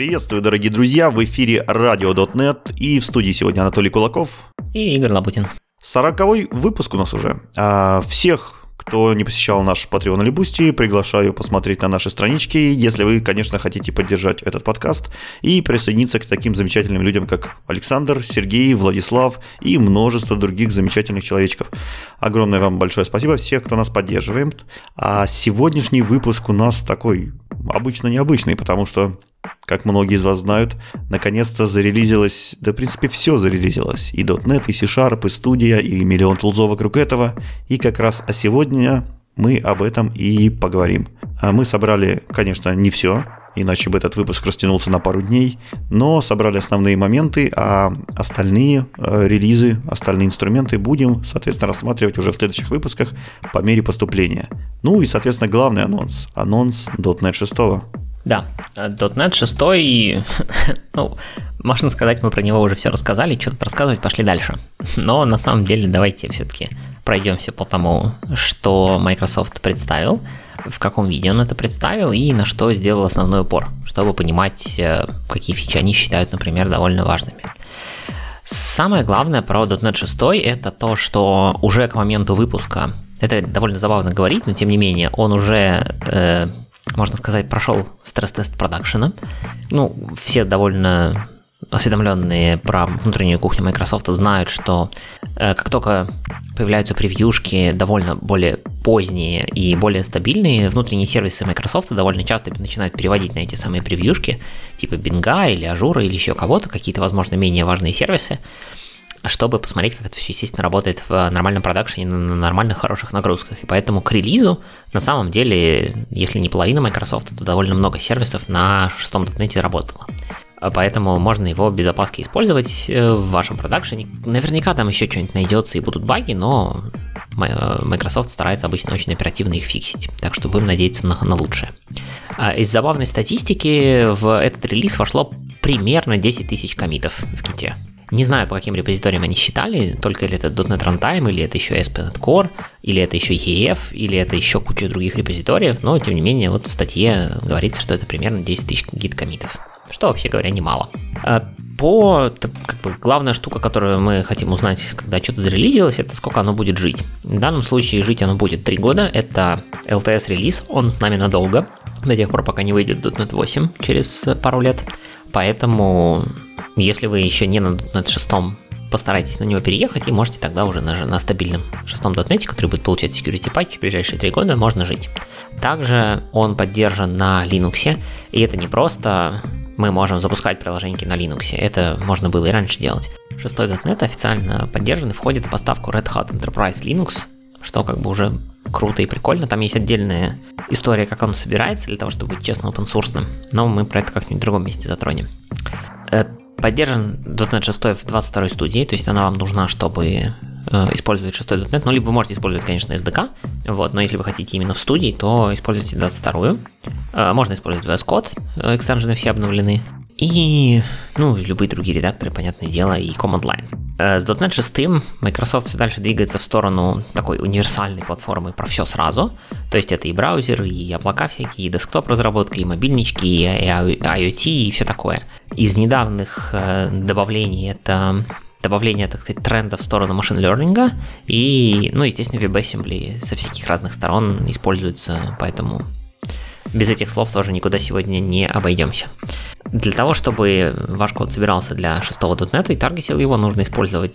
Приветствую, дорогие друзья, в эфире Radio.net и в студии сегодня Анатолий Кулаков и Игорь Лабутин. 40-й выпуск у нас уже. Всех, кто не посещал наш Patreon или Boosty, приглашаю посмотреть на наши странички, если вы, конечно, хотите поддержать этот подкаст и присоединиться к таким замечательным людям, как Александр, Сергей, Владислав и множество других замечательных человечков. Огромное вам большое спасибо всех, кто нас поддерживает. А сегодняшний выпуск у нас такой обычно необычный, потому что, как многие из вас знают, наконец-то зарелизилось, да, в принципе, все зарелизилось. И .NET, и C-Sharp, и студия, и миллион тулзов вокруг этого. И как раз сегодня мы об этом и поговорим. Мы собрали, конечно, не все, иначе бы этот выпуск растянулся на пару дней, но собрали основные моменты, а остальные релизы, остальные инструменты будем, соответственно, рассматривать уже в следующих выпусках по мере поступления. Ну и, соответственно, главный анонс .NET 6. Да, .NET 6, ну, можно сказать, мы про него уже все рассказали, что тут рассказывать, пошли дальше. Но на самом деле давайте все-таки пройдемся по тому, что Microsoft представил, в каком виде он это представил и на что сделал основной упор, чтобы понимать, какие фичи они считают, например, довольно важными. Самое главное про .NET 6 это то, что уже к моменту выпуска, это довольно забавно говорить, но тем не менее, он уже... можно сказать, прошел стресс-тест продакшена. Ну, все довольно осведомленные про внутреннюю кухню Microsoft знают, что как только появляются превьюшки довольно более поздние и более стабильные, внутренние сервисы Microsoft довольно часто начинают переводить на эти самые превьюшки, типа Bing или Azure или еще кого-то, какие-то, возможно, менее важные сервисы, чтобы посмотреть, как это все, естественно, работает в нормальном продакшене, на нормальных, хороших нагрузках. И поэтому к релизу, на самом деле, если не половина Microsoft, то довольно много сервисов на 6-м .NET работало. Поэтому можно его без опаски использовать в вашем продакшене. Наверняка там еще что-нибудь найдется и будут баги, но Microsoft старается обычно очень оперативно их фиксить. Так что будем надеяться на лучшее. Из забавной статистики в этот релиз вошло примерно 10 тысяч коммитов в Git. Не знаю, по каким репозиториям они считали, только ли это .NET Runtime, или это еще ASP.NET Core, или это еще EF, или это еще куча других репозиториев, но, тем не менее, вот в статье говорится, что это примерно 10 тысяч гит-коммитов, что, вообще говоря, немало. Главная штука, которую мы хотим узнать, когда что-то зарелизилось, это сколько оно будет жить. В данном случае жить оно будет 3 года, это LTS-релиз, он с нами надолго, до тех пор, пока не выйдет .NET 8 через пару лет, поэтому... Если вы еще не на .NET 6, постарайтесь на него переехать, и можете тогда уже на стабильном 6-м .NET, который будет получать security patch в ближайшие 3 года, можно жить. Также он поддержан на Linux, и это не просто мы можем запускать приложеньки на Linux, это можно было и раньше делать. 6-й .NET официально поддержан и входит в поставку Red Hat Enterprise Linux, что как бы уже круто и прикольно. Там есть отдельная история, как он собирается, для того, чтобы быть честно open-source, но мы про это как-нибудь в другом месте затронем. Поддержан .NET 6 в 22-й студии, то есть она вам нужна, чтобы использовать 6-й .NET, ну, либо вы можете использовать, конечно, SDK, вот, но если вы хотите именно в студии, то используйте 22-ю. Можно использовать VS Code, экстеншены все обновлены, и, ну, любые другие редакторы, понятное дело, и Command Line. С .NET 6 Microsoft все дальше двигается в сторону такой универсальной платформы про все сразу, то есть это и браузер, и облака всякие, и десктоп-разработка, и мобильнички, и IoT, и все такое. Из недавних добавлений это добавление, так сказать, тренда в сторону машин-лернинга, и, ну, естественно, WebAssembly со всяких разных сторон используется, поэтому... Без этих слов тоже никуда сегодня не обойдемся. Для того, чтобы ваш код собирался для 6-го .NET и таргетил его, нужно использовать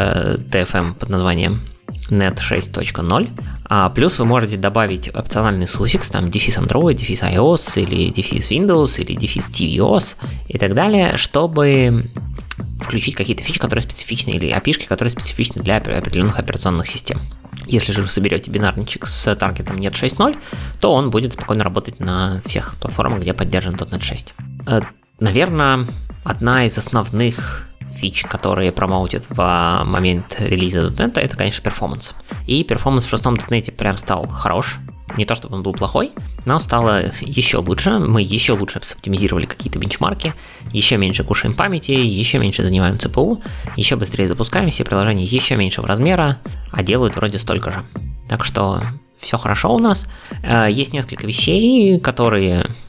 TFM под названием .NET 6.0. Плюс вы можете добавить опциональный суффикс, там дефис Android, дефис iOS, или дефис Windows, или дефис tvOS и так далее, чтобы включить какие-то фичи, которые специфичны, или API-шки, которые специфичны для определенных операционных систем. Если же вы соберете бинарничек с таргетом .NET 6.0, то он будет спокойно работать на всех платформах, где поддержан .NET 6. Наверное, одна из основных фич, которые промоутят в момент релиза .NET, это, конечно, перформанс. И перформанс в 6-м .NET прям стал хорош. Не то, чтобы он был плохой, но стало еще лучше. Мы еще лучше оптимизировали какие-то бенчмарки, еще меньше кушаем памяти, еще меньше занимаем CPU, еще быстрее запускаем все приложения еще меньшего размера, а делают вроде столько же. Так что все хорошо у нас. Есть несколько вещей, которые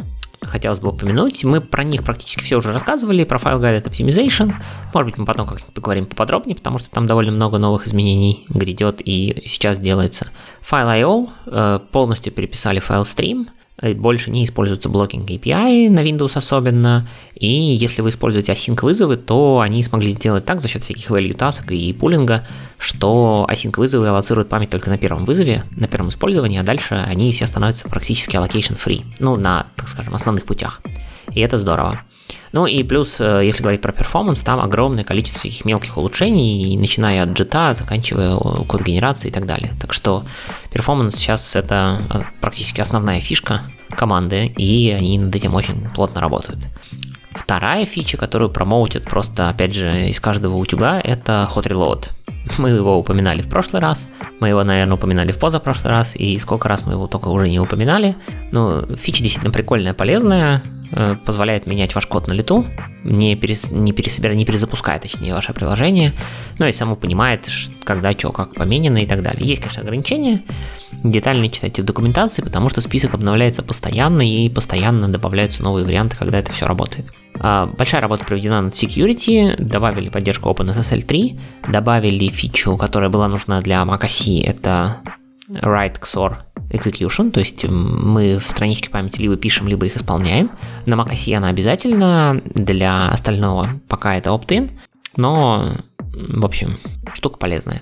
хотелось бы упомянуть. Мы про них практически все уже рассказывали, про File Guided Optimization. Может быть, мы потом как-нибудь поговорим поподробнее, потому что там довольно много новых изменений грядет и сейчас делается. File.io полностью переписали FileStream. Больше не используется блокинг API на Windows особенно, и если вы используете async вызовы, то они смогли сделать так за счет всяких value тасок и пулинга, что async вызовы аллоцируют память только на первом вызове, на первом использовании, а дальше они все становятся практически allocation free, на, так скажем, основных путях, и это здорово. Ну и плюс, если говорить про перформанс, там огромное количество всяких мелких улучшений, начиная от JIT, заканчивая код генерации и так далее. Так что перформанс сейчас это практически основная фишка команды, и они над этим очень плотно работают. Вторая фича, которую промоутят просто, опять же, из каждого утюга, это Hot Reload. Мы его упоминали в прошлый раз, мы его, наверное, упоминали в позапрошлый раз, и сколько раз мы его только уже не упоминали. Но фича действительно прикольная, полезная, позволяет менять ваш код на лету, не перезапускает, точнее, ваше приложение, но и само понимает, когда, что, как поменяно и так далее. Есть, конечно, ограничения, детально читайте в документации, потому что список обновляется постоянно и постоянно добавляются новые варианты, когда это все работает. Большая работа проведена над security, добавили поддержку OpenSSL 3, добавили фичу, которая была нужна для macOS, это write XOR execution, то есть мы в страничке памяти либо пишем, либо их исполняем. На macOS она обязательно, для остального пока это opt-in, но, в общем, штука полезная.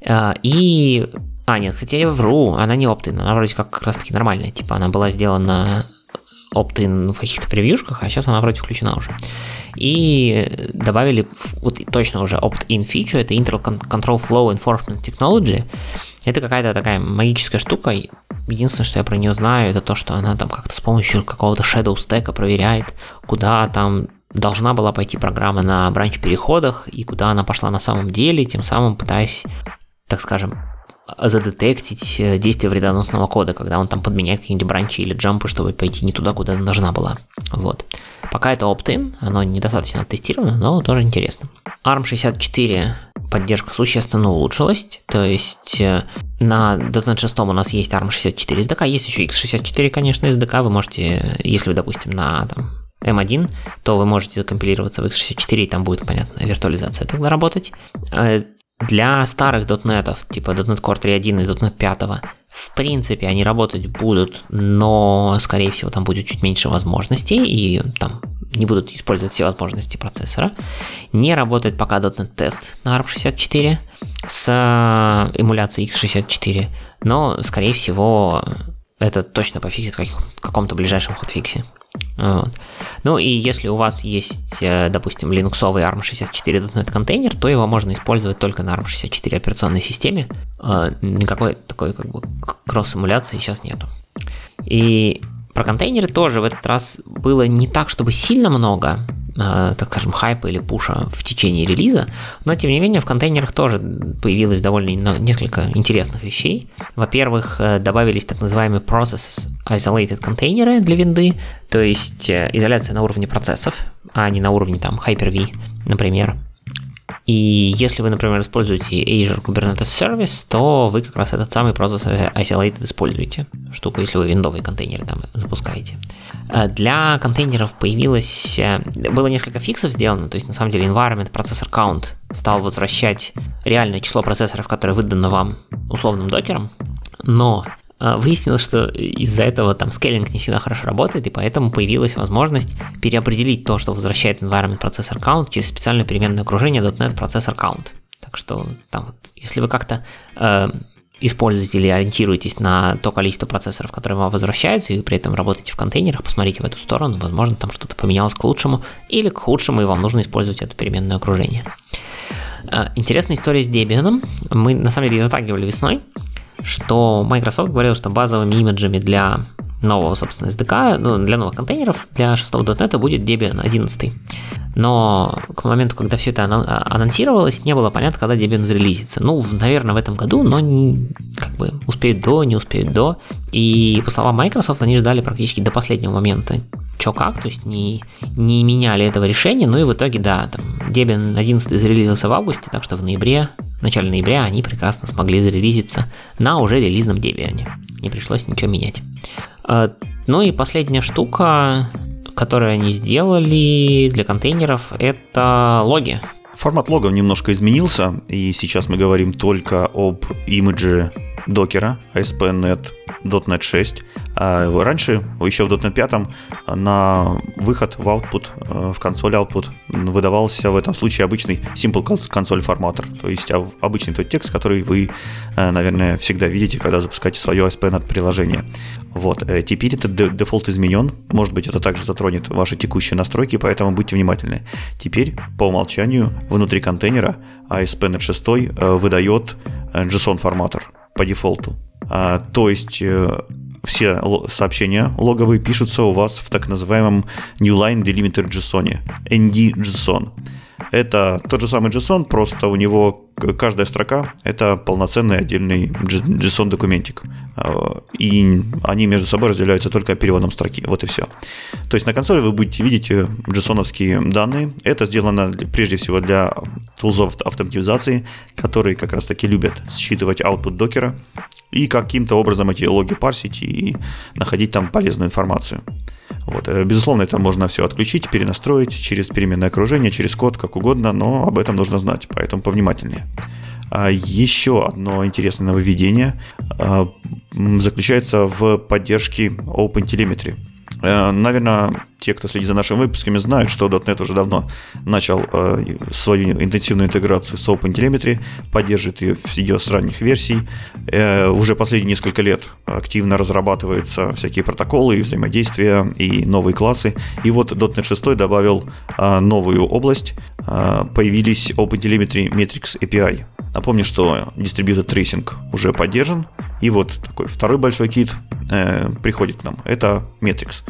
Нет, кстати, я вру, она не opt-in, она вроде как раз таки нормальная, типа она была сделана opt-in в каких-то превьюшках, а сейчас она вроде включена уже. И добавили вот точно уже opt-in фичу, это Intel Control Flow Enforcement Technology. Это какая-то такая магическая штука. Единственное, что я про нее знаю, это то, что она там как-то с помощью какого-то shadow stack проверяет, куда там должна была пойти программа на бранч-переходах и куда она пошла на самом деле, тем самым пытаясь, так скажем, задетектить действие вредоносного кода, когда он там подменяет какие-нибудь бранчи или джампы, чтобы пойти не туда, куда должна была. Вот. Пока это opt-in, оно недостаточно оттестировано, но тоже интересно. ARM64 поддержка существенно улучшилась, то есть на .NET 6 у нас есть ARM64 SDK, есть еще X64, конечно, SDK, вы можете, если вы, допустим, на M1, то вы можете закомпилироваться в X64, и там будет, понятно, виртуализация тогда работать. Для старых .NET, типа .NET Core 3.1 и .NET 5, в принципе, они работать будут, но, скорее всего, там будет чуть меньше возможностей, и там не будут использовать все возможности процессора. Не работает пока .NET Test на ARM64 с эмуляцией X64, но, скорее всего, это точно пофиксит в каком-то ближайшем хотфиксе. Вот. Ну и если у вас есть, допустим, линуксовый ARM64.NET контейнер, то его можно использовать только на ARM64 операционной системе. Никакой такой как бы кросс-эмуляции сейчас нету. И про контейнеры тоже в этот раз было не так, чтобы сильно много, так скажем, хайпа или пуша в течение релиза, но тем не менее в контейнерах тоже появилось довольно несколько интересных вещей. Во-первых, добавились так называемые Process Isolated контейнеры для винды, то есть изоляция на уровне процессов, а не на уровне там Hyper-V, например. И если вы, например, используете Azure Kubernetes Service, то вы как раз этот самый Process Isolated используете штуку, если вы виндовые контейнеры там запускаете. Для контейнеров было несколько фиксов сделано, то есть на самом деле environment processor count стал возвращать реальное число процессоров, которое выдано вам условным докером, но выяснилось, что из-за этого там скейлинг не всегда хорошо работает, и поэтому появилась возможность переопределить то, что возвращает environment processor count через специальное переменное окружение .NET processor count. Так что там вот, если вы как-то используете или ориентируетесь на то количество процессоров, которые вам возвращаются, и вы при этом работаете в контейнерах, посмотрите в эту сторону, возможно, там что-то поменялось к лучшему или к худшему, и вам нужно использовать это переменное окружение. Интересная история с Debian. Мы на самом деле затрагивали весной, что Microsoft говорил, что базовыми имиджами для нового, собственно, SDK, для новых контейнеров для 6.NET будет Debian 11. Но к моменту, когда все это анонсировалось, не было понятно, когда Debian зарелизится. Наверное, в этом году, но как бы успеют до, не успеют до. И по словам Microsoft, они ждали практически до последнего момента, то есть не меняли этого решения, и в итоге, да, там Debian 11 зарелизился в августе, так что в начале ноября они прекрасно смогли зарелизиться на уже релизном Debian. Не пришлось ничего менять. И последняя штука, которое они сделали для контейнеров, это логи. Формат логов немножко изменился, и сейчас мы говорим только об имидже докера ASP.NET .NET 6. А раньше, еще в .NET 5, на выход в output, в консоль output, выдавался в этом случае обычный Simple Console форматор, то есть обычный тот текст, который вы, наверное, всегда видите, когда запускаете свое ASP.NET приложение. Вот. Теперь этот дефолт изменен, может быть, это также затронет ваши текущие настройки, поэтому будьте внимательны. Теперь по умолчанию внутри контейнера ASP.NET 6 выдает JSON форматор по дефолту. То есть все сообщения логовые пишутся у вас в так называемом New Line Delimiter JSON, ND-JSON. Это тот же самый JSON, просто у него каждая строка – это полноценный отдельный JSON-документик. И они между собой разделяются только переводом строки. Вот и все. То есть на консоли вы будете видеть JSON-овские данные. Это сделано прежде всего для тулзов автоматизации, которые как раз-таки любят считывать output докера и каким-то образом эти логи парсить и находить там полезную информацию. Вот. Безусловно, это можно все отключить, перенастроить через переменное окружение, через код, как угодно, но об этом нужно знать, поэтому повнимательнее. Еще одно интересное нововведение заключается в поддержке OpenTelemetry. Наверное, те, кто следит за нашими выпусками, знают, что .NET уже давно начал свою интенсивную интеграцию с OpenTelemetry, поддерживает ее с ранних версий. Уже последние несколько лет активно разрабатываются всякие протоколы и взаимодействия, и новые классы. И вот .NET 6 добавил новую область, появились OpenTelemetry Metrics API. Напомню, что Distributed Tracing уже поддержан, и вот такой второй большой кит приходит к нам. Это Metrics.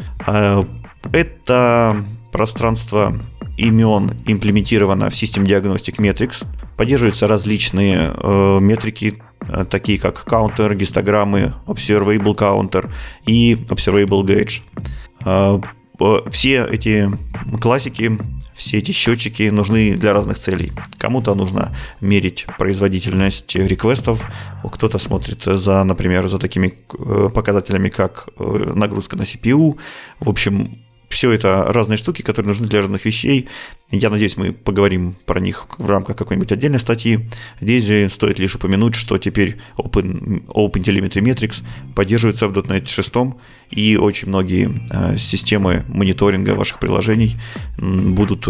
Это пространство имен имплементировано в System Diagnostic Metrics. Поддерживаются различные метрики, такие как counter, гистограммы, observable counter и observable gauge. Все эти классики, все эти счетчики нужны для разных целей. Кому-то нужно мерить производительность реквестов, кто-то смотрит например, за такими показателями, как нагрузка на CPU. В общем, все это разные штуки, которые нужны для разных вещей. Я надеюсь, мы поговорим про них в рамках какой-нибудь отдельной статьи. Здесь же стоит лишь упомянуть, что теперь OpenTelemetry Metrics поддерживается в .NET 6, и очень многие системы мониторинга ваших приложений будут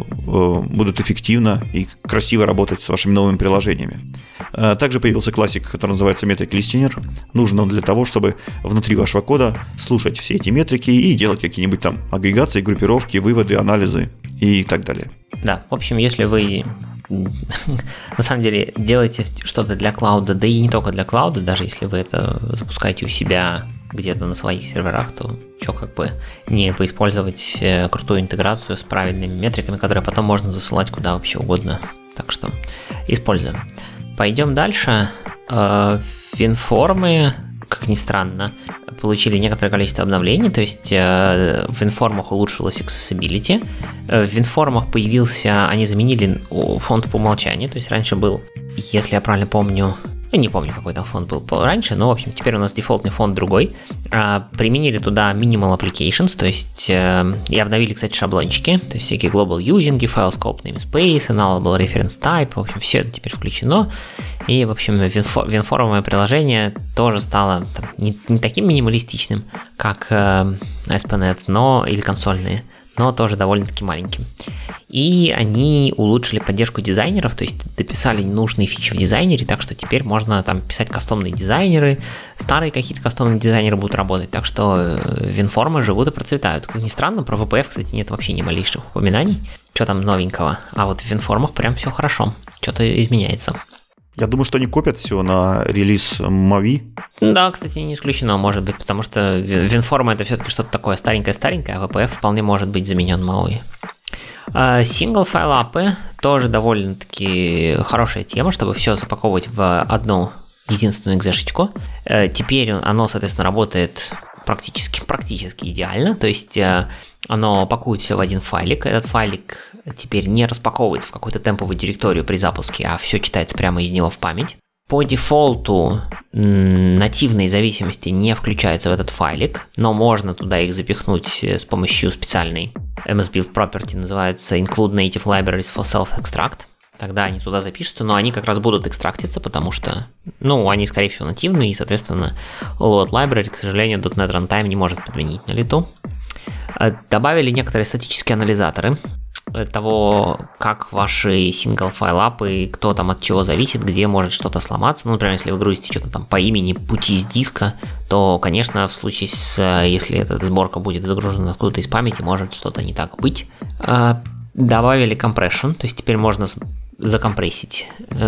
эффективно и красиво работать с вашими новыми приложениями. Также появился классик, который называется Metric Listener. Нужен он для того, чтобы внутри вашего кода слушать все эти метрики и делать какие-нибудь там агрегации, группировки, выводы, анализы и так далее. Да, в общем, если вы на самом деле делаете что-то для клауда, да и не только для клауда, даже если вы это запускаете у себя где-то на своих серверах, то что как бы не поиспользовать крутую интеграцию с правильными метриками, которые потом можно засылать куда вообще угодно. Так что используем. Пойдем дальше. Винформы, как ни странно, получили некоторое количество обновлений, то есть в винформах улучшилась accessibility, в винформах они заменили фонд по умолчанию, то есть раньше был, если я правильно помню, я не помню, какой там фонд был раньше, но, в общем, теперь у нас дефолтный фонд другой. Применили туда minimal applications, то есть и обновили, кстати, шаблончики, то есть всякие global using, file scope namespace, nullable reference type, в общем, все это теперь включено. И, в общем, винформовое приложение тоже стало не таким минималистичным, как ASP.NET, или консольные, но тоже довольно-таки маленьким. И они улучшили поддержку дизайнеров, то есть дописали ненужные фичи в дизайнере, так что теперь можно там писать кастомные дизайнеры, старые какие-то кастомные дизайнеры будут работать, так что винформы живут и процветают. Как ни странно, про VPF, кстати, нет вообще ни малейших упоминаний, что там новенького, а вот в винформах прям все хорошо, что-то изменяется. Я думаю, что они копят все на релиз Mavi. Да, кстати, не исключено, может быть, потому что винформа это все-таки что-то такое старенькое-старенькое, а VPF вполне может быть заменен Maui. Single file API тоже довольно-таки хорошая тема, чтобы все запаковывать в одну единственную экзешечку. Теперь оно, соответственно, работает практически идеально, то есть оно пакует все в один файлик. Этот файлик теперь не распаковывается в какую-то темповую директорию при запуске, а все читается прямо из него в память. по дефолту нативные зависимости не включаются в этот файлик, но можно туда их запихнуть с помощью специальной MS-Build Property, называется Include Native Libraries for Self-Extract. Тогда они туда запишутся, но они как раз будут экстрактиться, потому что, они, скорее всего, нативные, и, соответственно, Load Library, к сожалению, .NET Runtime не может подменить на лету. Добавили некоторые статические анализаторы того, как ваши single-файл-апы, кто там от чего зависит, где может что-то сломаться. Например, если вы грузите что-то там по имени пути с диска, то, конечно, в случае если эта сборка будет загружена откуда-то из памяти, может что-то не так быть. Добавили compression, то есть теперь можно закомпрессить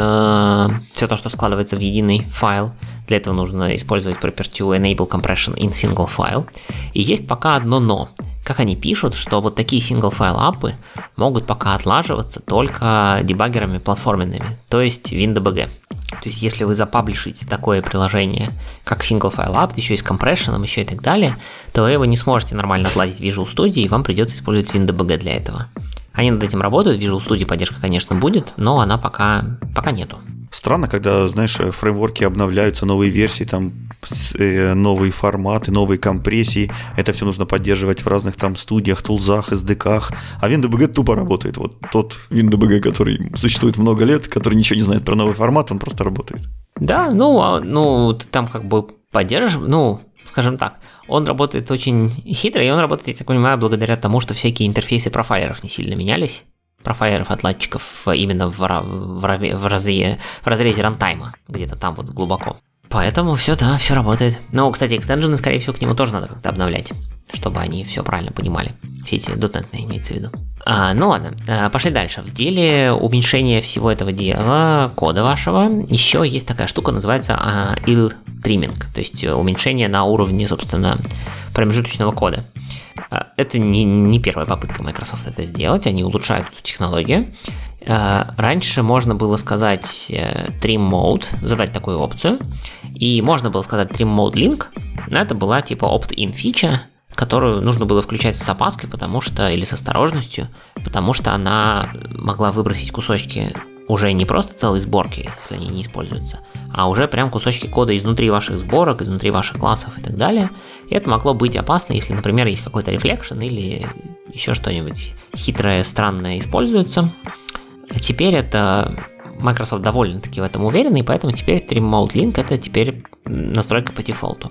все то, что складывается в единый файл. Для этого нужно использовать property enable compression in single file. И есть пока одно но. Как они пишут, что вот такие single-файл-апы могут пока отлаживаться только дебаггерами платформенными, то есть WinDBG. То есть если вы запаблишите такое приложение, как single-файл-ап, еще и с компрессионом, еще и так далее, то вы его не сможете нормально отладить в Visual Studio, и вам придется использовать WinDBG для этого. Они над этим работают, в Visual Studio поддержка, конечно, будет, но она пока нету. Странно, когда, знаешь, фреймворки обновляются, новые версии, там новые форматы, новые компрессии. Это все нужно поддерживать в разных там студиях, тулзах, SDK-х. А WinDBG тупо работает. Вот тот WinDBG, который существует много лет, который ничего не знает про новый формат, он просто работает. Да, ты там как бы поддержишь, скажем так, он работает очень хитро, и он работает, я так понимаю, благодаря тому, что всякие интерфейсы профайлеров не сильно менялись. Профайлеров-отладчиков именно в разрезе рантайма, где-то там вот глубоко. Поэтому все работает. Но, кстати, экстенжены, скорее всего, к нему тоже надо как-то обновлять, чтобы они все правильно понимали. Все эти .NET-ные имеется в виду. Ладно, пошли дальше. В деле уменьшения всего этого дела, кода вашего, еще есть такая штука, называется ill trimming, то есть уменьшение на уровне, собственно, промежуточного кода. Это не первая попытка Microsoft это сделать, они улучшают эту технологию. Раньше можно было сказать trim mode, задать такую опцию, и можно было сказать trim mode link, но это была типа opt-in фича, которую нужно было включать с опаской, или с осторожностью, потому что она могла выбросить кусочки уже не просто целой сборки, если они не используются, а уже прям кусочки кода изнутри ваших сборок, изнутри ваших классов и так далее. И это могло быть опасно, если, например, есть какой-то reflection или еще что-нибудь хитрое, странное используется. Теперь это Microsoft довольно-таки в этом уверены, и поэтому теперь Trim Mode Link это теперь настройка по дефолту.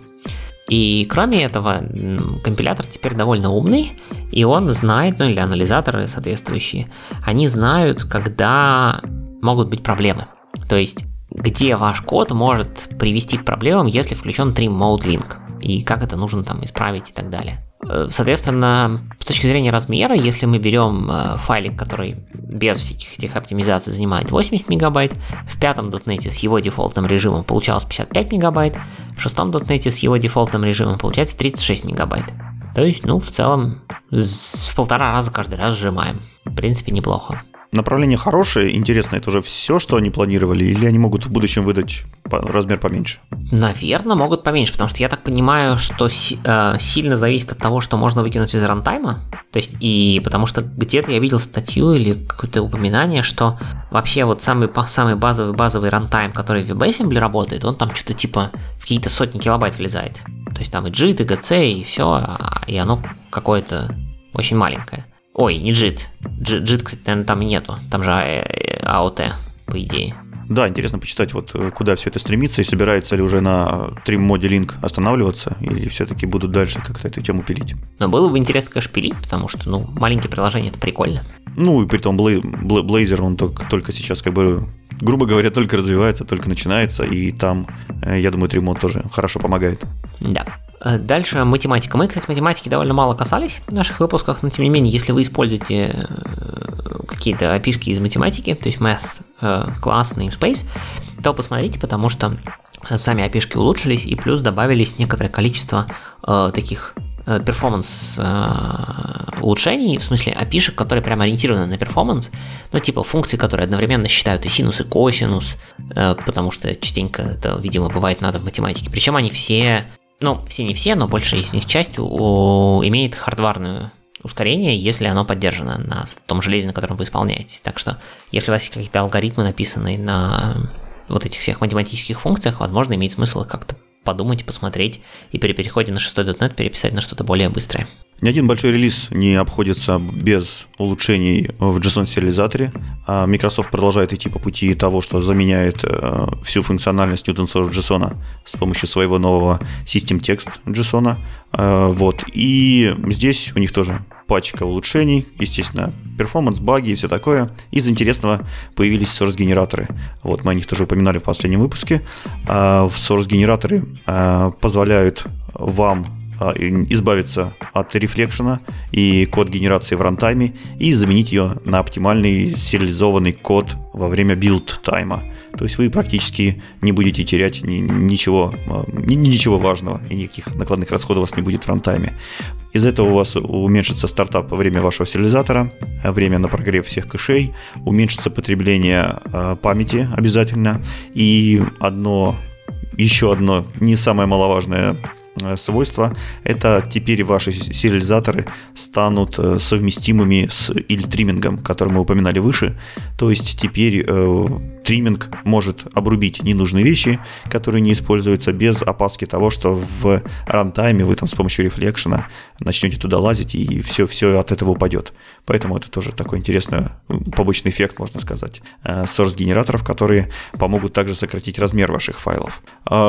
И кроме этого, компилятор теперь довольно умный, и он знает, или анализаторы соответствующие, они знают, когда могут быть проблемы. То есть, где ваш код может привести к проблемам, если включен Trim Mode Link, и как это нужно там исправить и так далее. Соответственно, с точки зрения размера, если мы берем файлик, который без всяких этих оптимизаций занимает 80 мегабайт, в пятом .NET с его дефолтным режимом получалось 55 мегабайт, в шестом .NET с его дефолтным режимом получается 36 мегабайт. То есть, в целом, в 1,5 раза каждый раз сжимаем. В принципе, неплохо. Направление хорошее, интересно, это уже все, что они планировали, или они могут в будущем выдать размер поменьше? Наверное, могут поменьше, потому что я так понимаю, что сильно зависит от того, что можно выкинуть из рантайма. То есть, и потому что где-то я видел статью или какое-то упоминание, что вообще вот самый базовый рантайм, который в WebAssembly работает, он там что-то типа в какие-то сотни килобайт влезает. То есть там и JIT, и GC, и все, и оно какое-то очень маленькое. Ой, не JIT. JIT, кстати, наверное, там и нету. Там же AOT, по идее. Да, интересно почитать, вот куда все это стремится, и собирается ли уже на Trim-моде Link останавливаться, или все-таки будут дальше как-то эту тему пилить. Но было бы интересно, конечно, пилить, потому что, маленькие приложения – это прикольно. И при том Blazor, он только сейчас, грубо говоря, только развивается, только начинается, и там, я думаю, Trim-мод тоже хорошо помогает. Да. Дальше математика. Мы, кстати, математики довольно мало касались в наших выпусках, но тем не менее, если вы используете какие-то API-шки из математики, то есть Math, класс, namespace, то посмотрите, потому что сами API-шки улучшились, и плюс добавились некоторое количество таких перформанс улучшений, в смысле API-шек, которые прямо ориентированы на перформанс, типа функции, которые одновременно считают и синус, и косинус, потому что частенько это, видимо, бывает надо в математике. Причем они все не все, но большая из них часть имеет хардварное ускорение, если оно поддержано на том железе, на котором вы исполняетесь. Так что, если у вас есть какие-то алгоритмы, написанные на вот этих всех математических функциях, возможно, имеет смысл их как-то подумать, посмотреть и при переходе на 6.NET переписать на что-то более быстрое. Ни один большой релиз не обходится без улучшений в JSON-сериализаторе. Microsoft продолжает идти по пути того, что заменяет всю функциональность Newton Source JSON с помощью своего нового System Text JSON. Вот. И здесь у них тоже пачка улучшений, естественно, перформанс, баги и все такое. Из интересного появились source-генераторы. Вот, мы о них тоже упоминали в последнем выпуске. Source-генераторы позволяют вам избавиться от рефлекшена и код генерации в рантайме и заменить ее на оптимальный сериализованный код во время билд-тайма. То есть вы практически не будете терять ничего важного, и никаких накладных расходов у вас не будет в рантайме. Из-за этого у вас уменьшится стартап во время вашего сериализатора, время на прогрев всех кэшей, уменьшится потребление памяти обязательно. И еще одно не самое маловажное свойство — это теперь ваши сериализаторы станут совместимыми с ил-триммингом, который мы упоминали выше. То есть теперь тримминг может обрубить ненужные вещи, которые не используются, без опаски того, что в рантайме вы там с помощью рефлекшена начнете туда лазить, и все от этого упадет. Поэтому это тоже такой интересный побочный эффект, можно сказать, source-генераторов, которые помогут также сократить размер ваших файлов.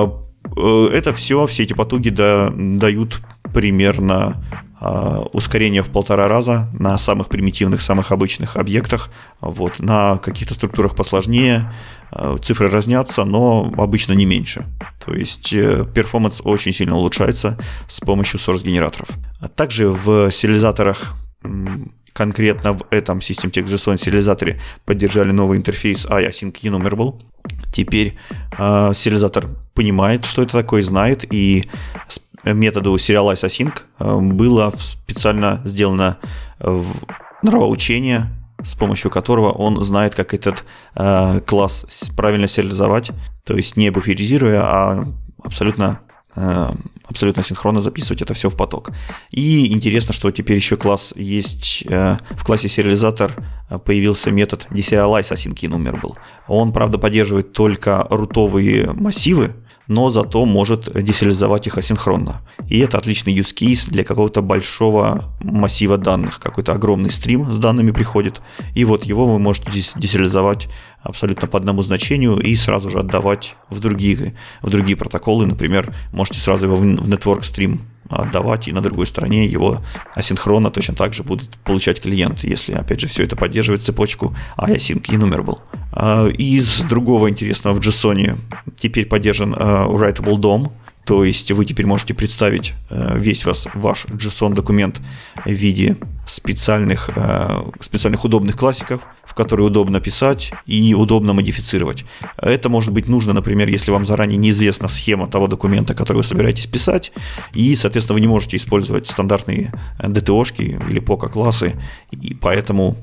Это все эти потуги дают примерно ускорение в 1,5 раза на самых примитивных, самых обычных объектах. Вот. На каких-то структурах посложнее цифры разнятся, но обычно не меньше. То есть перформанс очень сильно улучшается с помощью source-генераторов. А также в сериализаторах, конкретно в этом System Text JSON сериализаторе, поддержали новый интерфейс iAsync Enumerable. Теперь сериализатор понимает, что это такое, знает, и методу Serialize Async было специально сделано нравоучение, с помощью которого он знает, как этот класс правильно сериализовать, то есть не буферизируя, а абсолютно синхронно записывать это все в поток. И интересно, что теперь еще класс есть, в классе сериализатор появился метод deserialize async enumerable. Он, правда, поддерживает только рутовые массивы, но зато может десериализовать их асинхронно. И это отличный use case для какого-то большого массива данных. Какой-то огромный стрим с данными приходит, и вот его вы можете десериализовать абсолютно по одному значению и сразу же отдавать в другие протоколы. Например, можете сразу его в network stream отдавать, и на другой стороне его асинхронно точно так же будут получать клиент, если, опять же, все это поддерживает цепочку iAsync Enumerable. Из другого интересного в JSON теперь поддержан Writable DOM, то есть вы теперь можете представить весь ваш JSON-документ в виде специальных удобных классиков, в которые удобно писать и удобно модифицировать. Это может быть нужно, например, если вам заранее неизвестна схема того документа, который вы собираетесь писать, и, соответственно, вы не можете использовать стандартные DTO-шки или POCA-классы, и поэтому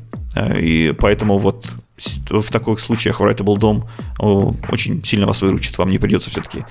вот в таких случаях Writable DOM очень сильно вас выручит. Вам не придется все-таки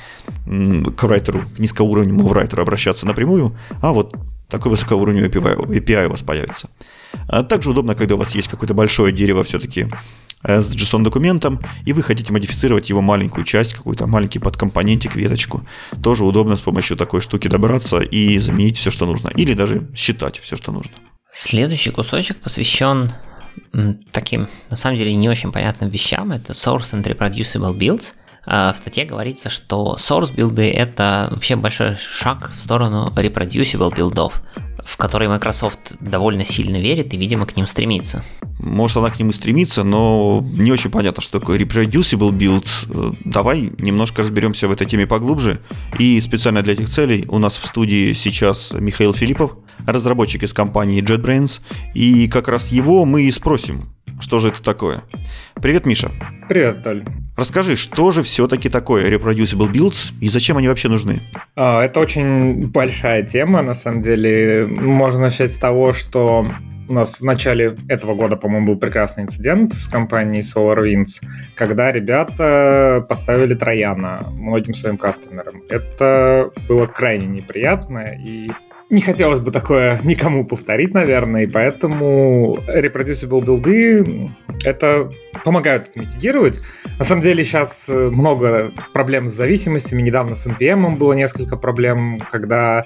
к низкоуровневому райтеру обращаться напрямую, а вот такой высокоуровневый API у вас появится. Также удобно, когда у вас есть какое-то большое дерево все-таки с JSON-документом, и вы хотите модифицировать его маленькую часть, какой-то маленький подкомпонентик, веточку. Тоже удобно с помощью такой штуки добраться и заменить все, что нужно. Или даже считать все, что нужно. Следующий кусочек посвящен таким, на самом деле, не очень понятным вещам. Это Source and Reproducible Builds. В статье говорится, что source билды — это вообще большой шаг в сторону reproducible билдов, в которые Microsoft довольно сильно верит и, видимо, к ним стремится. Может, она к ним и стремится, но не очень понятно, что такое reproducible build. Давай немножко разберемся в этой теме поглубже. И специально для этих целей у нас в студии сейчас Михаил Филиппов, разработчик из компании JetBrains, и как раз его мы и спросим, что же это такое. Привет, Миша. Привет, Толь. Расскажи, что же все-таки такое reproducible builds и зачем они вообще нужны? Это очень большая тема, на самом деле. Можно начать с того, что у нас в начале этого года, по-моему, был прекрасный инцидент с компанией SolarWinds, когда ребята поставили трояна многим своим кастомерам. Это было крайне неприятно, и не хотелось бы такое никому повторить, наверное, и поэтому reproducible билды это помогают это митигировать. На самом деле сейчас много проблем с зависимостями. Недавно с NPM было несколько проблем, когда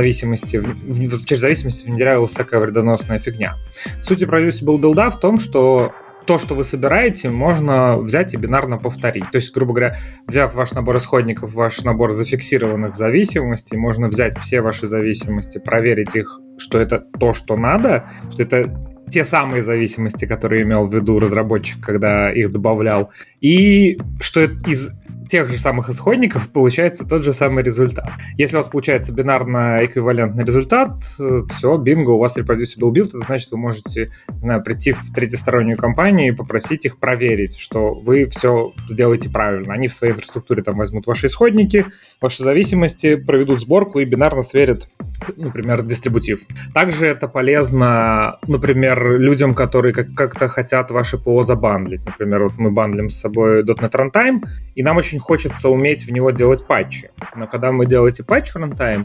через зависимости внедрялась всякая вредоносная фигня. Суть reproducible билда в том, что то, что вы собираете, можно взять и бинарно повторить. То есть, грубо говоря, взяв ваш набор исходников, ваш набор зафиксированных зависимостей, можно взять все ваши зависимости, проверить их, что это то, что надо, что это те самые зависимости, которые имел в виду разработчик, когда их добавлял, и что из тех же самых исходников получается тот же самый результат. Если у вас получается бинарно-эквивалентный результат, все, бинго, у вас reproducible build, это значит, вы можете, не знаю, прийти в третьестороннюю компанию и попросить их проверить, что вы все сделаете правильно. Они в своей инфраструктуре там возьмут ваши исходники, ваши зависимости, проведут сборку и бинарно сверят, например, дистрибутив. Также это полезно, например, людям, которые как-то хотят ваше ПО забандлить. Например, вот мы бандлим с собой .NET Runtime, и нам очень хочется уметь в него делать патчи. Но когда вы делаете патч в Runtime,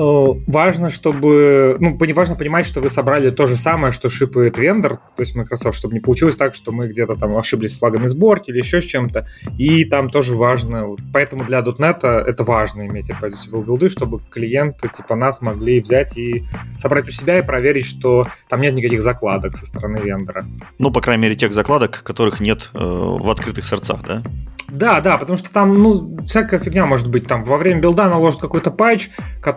важно, важно понимать, что вы собрали то же самое, что шипает вендор, то есть Microsoft, чтобы не получилось так, что мы где-то там ошиблись с флагами сборки или еще с чем-то. И там тоже важно, поэтому для .NET это важно иметь reproducible билды, чтобы клиенты типа нас могли взять и собрать у себя и проверить, что там нет никаких закладок со стороны вендора. Ну, по крайней мере, тех закладок, которых нет в открытых сорцах, да? Да, потому что там, всякая фигня может быть. Там во время билда наложат какой-то патч,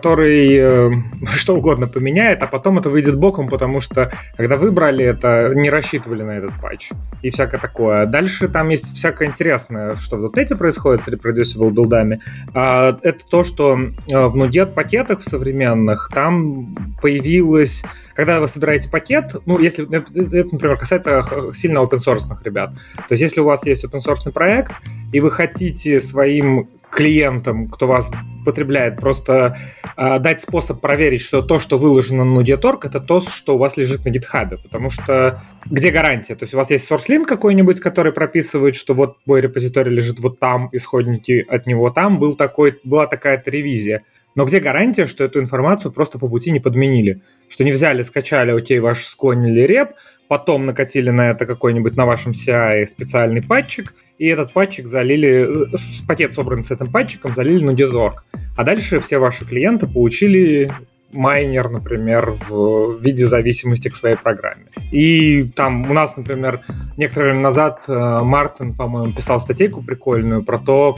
который что угодно поменяет, а потом это выйдет боком, потому что, когда выбрали это, не рассчитывали на этот патч. И всякое такое. Дальше там есть всякое интересное, что в .NET происходит с reproducible билдами. Это то, что в NuGet-пакетах в современных там появилось... Когда вы собираете пакет, если это, например, касается сильно open-source ребят, то есть если у вас есть open-source проект, и вы хотите своим клиентам, кто вас потребляет, просто дать способ проверить, что то, что выложено на Node.org, это то, что у вас лежит на GitHub, потому что где гарантия? То есть у вас есть source-link какой-нибудь, который прописывает, что вот мой репозиторий лежит вот там, исходники от него там, была такая-то ревизия. Но где гарантия, что эту информацию просто по пути не подменили? Что не взяли, скачали, окей, ваш склонили реп, потом накатили на это какой-нибудь на вашем CI специальный патчик, и этот патчик залили, пакет, собранный с этим патчиком, залили на Node.org. А дальше все ваши клиенты получили майнер, например, в виде зависимости к своей программе. И там у нас, например, некоторое время назад Мартин, по-моему, писал статейку прикольную про то,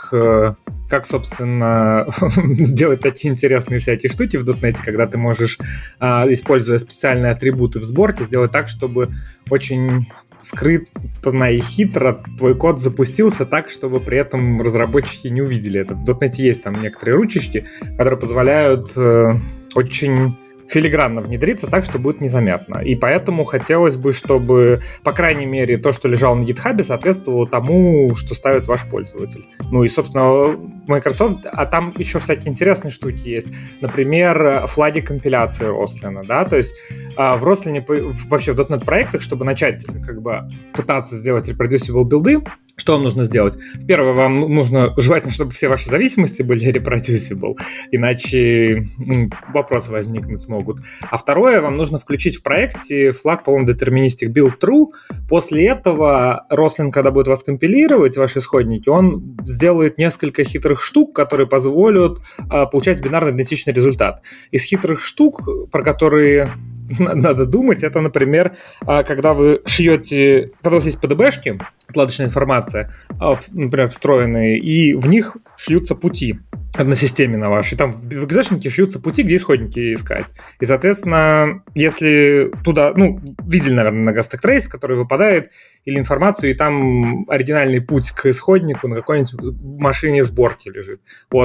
как, собственно, сделать такие интересные всякие штуки в .NET, когда ты можешь, используя специальные атрибуты в сборке, сделать так, чтобы очень скрытно и хитро твой код запустился так, чтобы при этом разработчики не увидели это. В .NET есть там некоторые ручечки, которые позволяют очень филигранно внедриться так, что будет незаметно. И поэтому хотелось бы, чтобы, по крайней мере, то, что лежало на GitHub, соответствовало тому, что ставит ваш пользователь. И, собственно, Microsoft, а там еще всякие интересные штуки есть. Например, флаги компиляции Рослина, да, то есть в Рослине, вообще в .NET проектах, чтобы начать пытаться сделать reproducible билды, что вам нужно сделать? Первое, вам нужно желательно, чтобы все ваши зависимости были reproducible, иначе вопросы возникнуть могут. А второе, вам нужно включить в проекте флаг, по-моему, deterministic build true. После этого Roslyn, когда будет вас компилировать, ваши исходники, он сделает несколько хитрых штук, которые позволят получать бинарно-идентичный результат. Из хитрых штук, про которые надо думать, это, например, когда вы шьете, когда у вас есть PDB-шки, отладочная информация, например, встроенные, и в них шьются пути односистеме на вашей. Там в экзешнике шьются пути, где исходники искать. И, соответственно, если туда, видели, наверное, на Stack Trace, который выпадает, или информацию, и там оригинальный путь к исходнику на какой-нибудь машине сборки лежит.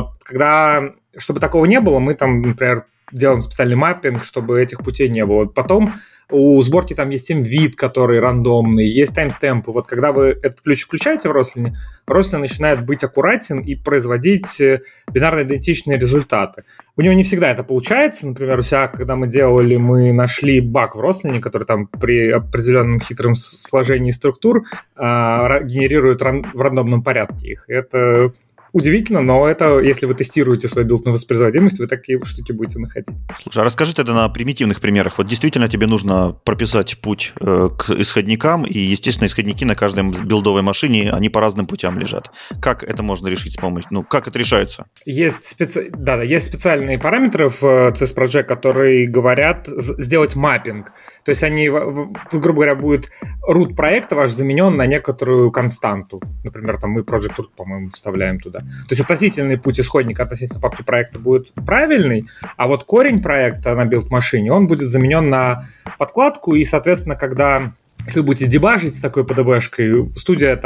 Чтобы такого не было, мы там, например, делаем специальный маппинг, чтобы этих путей не было. Потом у сборки там есть вид, который рандомный, есть таймстемпы. Вот когда вы этот ключ включаете в Roslyn, Roslyn начинает быть аккуратен и производить бинарно-идентичные результаты. У него не всегда это получается. Например, у себя, когда мы нашли баг в Roslyn, который там при определенном хитром сложении структур генерирует в рандомном порядке их. Это Удивительно, но это, если вы тестируете свой билд на воспроизводимость, вы такие штуки будете находить. Слушай, а расскажи тогда на примитивных примерах. Вот действительно тебе нужно прописать путь к исходникам, и, естественно, исходники на каждой билдовой машине, они по разным путям лежат. Как это можно решить с помощью? Как это решается? Есть специальные параметры в CS Project, которые говорят сделать маппинг. То есть они, грубо говоря, будет root проекта ваш заменен на некоторую константу. Например, там мы Project Root, по-моему, вставляем туда. То есть относительный путь исходника относительно папки проекта будет правильный, а вот корень проекта на билд-машине, он будет заменен на подкладку, и, соответственно, когда... Если вы будете дебажить с такой PDB-шкой, студия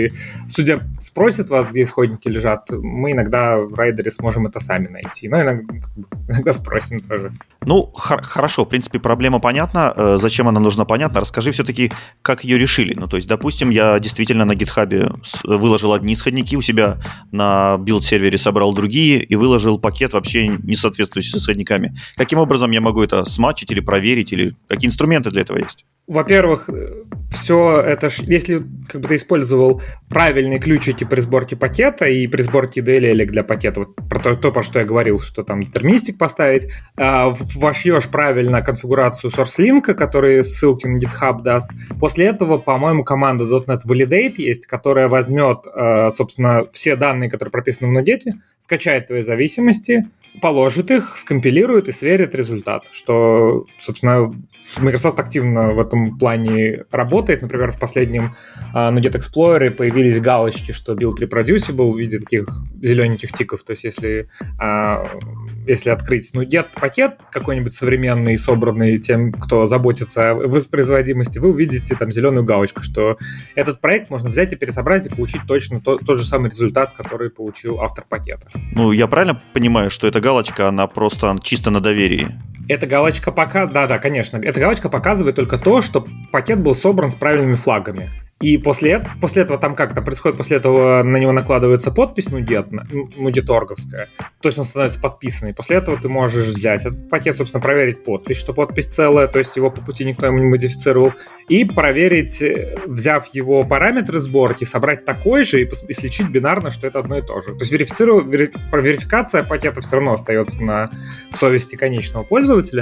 спросит вас, где исходники лежат, мы иногда в райдере сможем это сами найти, но иногда спросим тоже. Хорошо, в принципе, проблема понятна. Зачем она нужна, понятно. Расскажи все-таки, как ее решили. То есть, допустим, я действительно на GitHub выложил одни исходники, у себя на билд-сервере собрал другие и выложил пакет вообще не соответствующий с исходниками. Каким образом я могу это сматчить или проверить, или какие инструменты для этого есть? Во-первых, все это, если ты использовал правильные ключики при сборке пакета и при сборке DLL для пакета, вот про то, про что я говорил, что там детерминистик поставить, вошьешь правильно конфигурацию source-линка, который ссылки на GitHub даст. После этого, по-моему, команда .NET Validate есть, которая возьмет, собственно, все данные, которые прописаны в Nugget, скачает твои зависимости, положит их, скомпилирует и сверит результат, что, собственно, Microsoft активно в этом плане работает. Например, в последнем Nugget Explorer появились галочки, что build reproducible в виде таких зелененьких тиков. То есть если открыть Nugget пакет какой-нибудь современный, собранный тем, кто заботится о воспроизводимости, вы увидите там зеленую галочку, что этот проект можно взять и пересобрать и получить точно тот же самый результат, который получил автор пакета. Я правильно понимаю, что эта галочка, она просто чисто на доверии? Эта галочка да, конечно. Эта галочка показывает только то, что пакет был собран с правильными флагами. И после этого там происходит, после этого на него накладывается подпись нудеторговская, то есть он становится подписанный. После этого ты можешь взять этот пакет, собственно, проверить подпись, что подпись целая, то есть его по пути никто ему не модифицировал, и проверить, взяв его параметры сборки, собрать такой же и сличить бинарно, что это одно и то же. То есть верификация пакета все равно остается на совести конечного пользователя,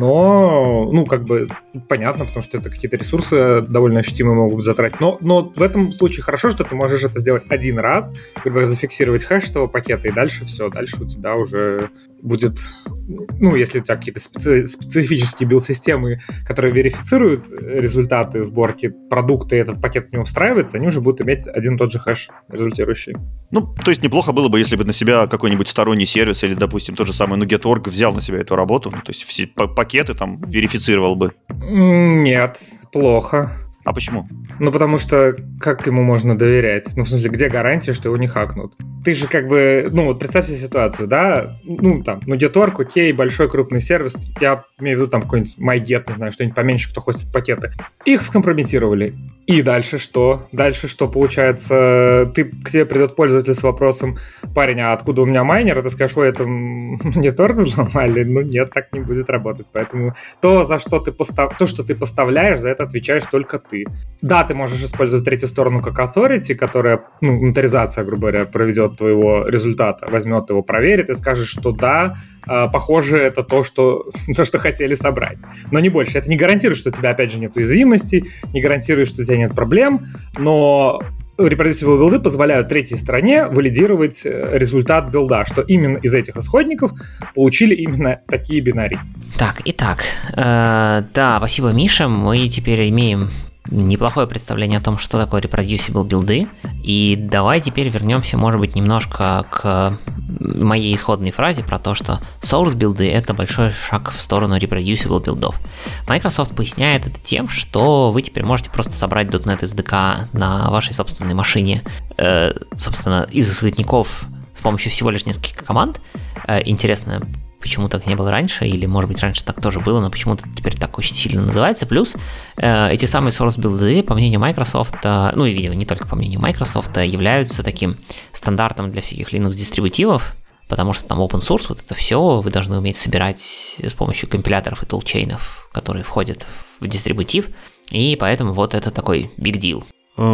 но, понятно, потому что это какие-то ресурсы довольно ощутимые могут затратить. Но в этом случае хорошо, что ты можешь это сделать один раз, грубо говоря, зафиксировать хэш этого пакета, и дальше все, дальше у тебя уже будет, если у тебя какие-то специфические билд-системы, которые верифицируют результаты сборки продукта, и этот пакет в него встраивается, они уже будут иметь один и тот же хэш результирующий. То есть неплохо было бы, если бы на себя какой-нибудь сторонний сервис или, допустим, тот же самый Nugget.org взял на себя эту работу, то есть все пакеты там верифицировал бы. Нет, плохо. А почему? Потому что как ему можно доверять? В смысле, где гарантия, что его не хакнут? Ты же представь себе ситуацию, да? Nugget.org, окей, большой крупный сервис, я имею в виду там какой-нибудь MyGet, не знаю, что-нибудь поменьше, кто хостит пакеты. Их скомпрометировали. И дальше что? Дальше что получается? К тебе придет пользователь с вопросом: парень, а откуда у меня майнер? А ты скажешь: ой, это Nugget.org взломали? Нет, так не будет работать. Поэтому то, что ты поставляешь, за это отвечаешь только ты. Да, ты можешь использовать третью сторону как authority, которая, нотаризация, грубо говоря, проведет твоего результата, возьмет его, проверит и скажет, что да, похоже, это то, что хотели собрать. Но не больше. Это не гарантирует, что у тебя, опять же, нет уязвимостей, не гарантирует, что у тебя нет проблем, но reproducible билды позволяют третьей стороне валидировать результат билда, что именно из этих исходников получили именно такие бинари. Итак, да, спасибо, Миша. Мы теперь имеем неплохое представление о том, что такое reproducible билды. И давай теперь вернемся, может быть, немножко к моей исходной фразе про то, что source билды — это большой шаг в сторону reproducible билдов. Microsoft поясняет это тем, что вы теперь можете просто собрать .NET SDK на вашей собственной машине, собственно, из исходников с помощью всего лишь нескольких команд. Интересно, почему так не было раньше, или, может быть, раньше так тоже было, но почему-то теперь так очень сильно называется. Плюс эти самые source билды, по мнению Microsoft, и, видимо, не только по мнению Microsoft, являются таким стандартом для всяких Linux-дистрибутивов, потому что там open source, вот это все вы должны уметь собирать с помощью компиляторов и тулчейнов, которые входят в дистрибутив, и поэтому вот это такой big deal.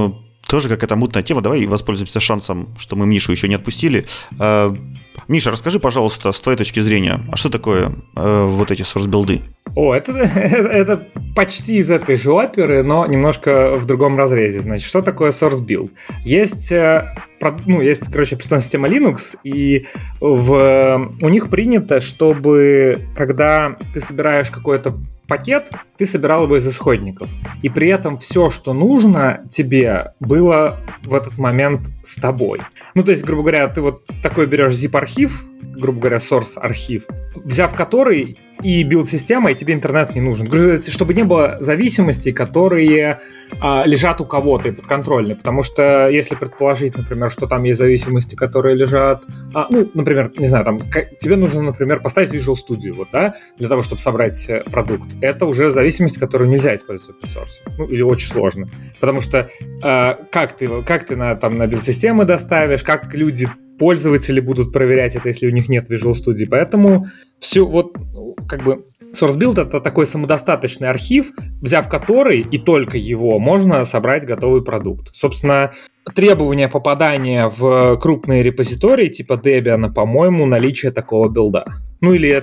Тоже какая-то мутная тема. Давай воспользуемся шансом, что мы Мишу еще не отпустили. Миша, расскажи, пожалуйста, с твоей точки зрения, а что такое вот эти source-билды? Это почти из этой же оперы, но немножко в другом разрезе. Значит, что такое source build? Есть, операционная система Linux, и у них принято, чтобы когда ты собираешь какой-то пакет, ты собирал его из исходников. И при этом все, что нужно тебе, было в этот момент с тобой. То есть, грубо говоря, ты вот такой берешь zip-архив, грубо говоря, source-архив, взяв который и билд-система, и тебе интернет не нужен. Чтобы не было зависимостей, которые лежат у кого-то и подконтрольны. Потому что если предположить, например, что там есть зависимости, которые лежат... например, не знаю, там тебе нужно, например, поставить Visual Studio, для того, чтобы собрать продукт. Это уже зависимость, которую нельзя использовать в open source. Или очень сложно. Потому что как ты на билд-системы доставишь, как пользователи будут проверять это, если у них нет Visual Studio. Поэтому все source build — это такой самодостаточный архив, взяв который и только его можно собрать готовый продукт. Собственно, требования попадания в крупные репозитории типа Debian, по-моему, наличие такого билда. Или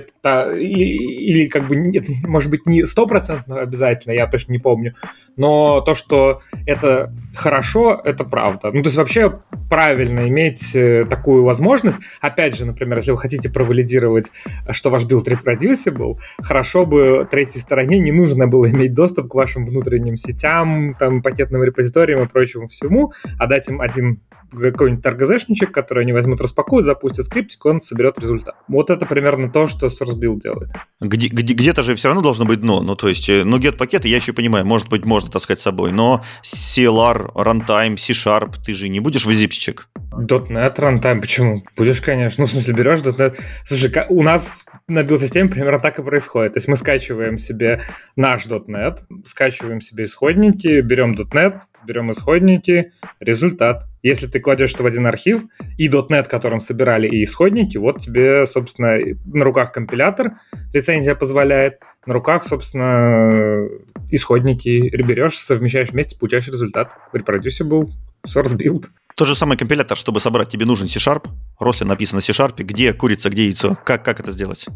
может быть, не 100% обязательно, я точно не помню, но то, что это хорошо, это правда. То есть вообще правильно иметь такую возможность. Опять же, например, если вы хотите провалидировать, что ваш билд reproducible, хорошо бы третьей стороне не нужно было иметь доступ к вашим внутренним сетям, пакетным репозиториям и прочему всему, а дать им один какой-нибудь RGZ-шничек, который они возьмут, распакуют, запустят скриптик, он соберет результат. Вот это примерно то, что source build делает. Где-то же все равно должно быть дно. То есть, get-пакеты, я еще понимаю, может быть, можно таскать с собой, но CLR, runtime, C-Sharp, ты же не будешь в зипчик? .NET runtime, почему? Будешь, конечно. В смысле, берешь .NET. Слушай, у нас на билд-системе примерно так и происходит. То есть мы скачиваем себе наш .NET, скачиваем себе исходники, берем .NET, берем исходники, результат. Если ты кладешь это в один архив, и .NET, которым собирали, и исходники, вот тебе, собственно, на руках компилятор, лицензия позволяет, на руках, собственно, исходники берешь, совмещаешь вместе, получаешь результат. Reproducible, source build. Тот же самый компилятор, чтобы собрать, тебе нужен C-Sharp. Рослин написано C-Sharp, где курица, где яйцо. Как это сделать?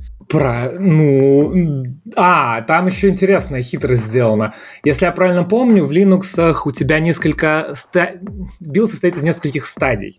Там еще интересная хитрость сделана. Если я правильно помню, в Linux у тебя билд состоит из нескольких стадий.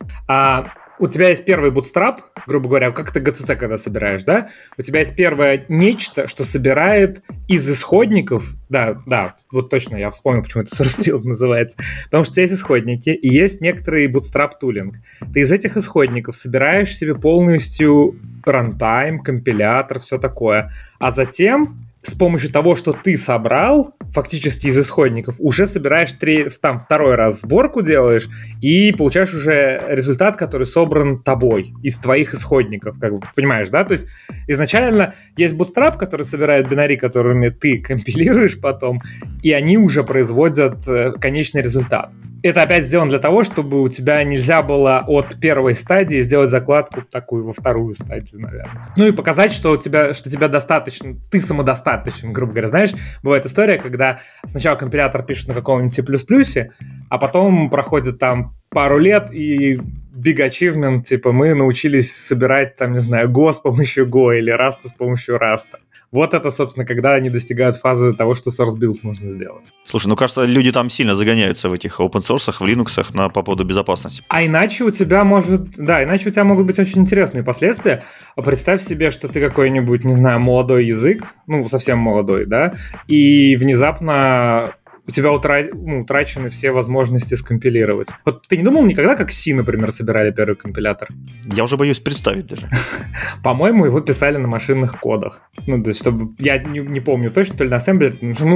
У тебя есть первый bootstrap, грубо говоря, как ты GCC когда собираешь, да? У тебя есть первое нечто, что собирает из исходников. Да, вот точно, я вспомнил, почему это source build называется. Потому что у тебя есть исходники, и есть некоторый bootstrap тулинг. Ты из этих исходников собираешь себе полностью runtime, компилятор, все такое. А затем с помощью того, что ты собрал, фактически из исходников, уже собираешь второй раз сборку делаешь и получаешь уже результат, который собран тобой, из твоих исходников, понимаешь, да? То есть изначально есть Bootstrap, который собирает бинари, которыми ты компилируешь потом, и они уже производят конечный результат. Это опять сделано для того, чтобы у тебя нельзя было от первой стадии сделать закладку такую во вторую стадию, наверное. И показать, что тебя достаточно, ты самодостаточен, грубо говоря. Знаешь, бывает история, когда сначала компилятор пишет на каком-нибудь C++, а потом проходит там пару лет, и big achievement, мы научились собирать, Go с помощью Go или Rust с помощью Rust. Вот это, собственно, когда они достигают фазы того, что source build можно сделать. Слушай, кажется, люди там сильно загоняются в этих open source, в Linux по поводу безопасности. А иначе у тебя могут быть очень интересные последствия. Представь себе, что ты какой-нибудь, не знаю, молодой язык, совсем молодой, да, и внезапно у тебя утрачены все возможности скомпилировать. Вот ты не думал никогда, как C, например, собирали первый компилятор? Я уже боюсь представить даже. По-моему, его писали на машинных кодах. То есть, чтобы... Я не помню точно, то ли на ассемблере.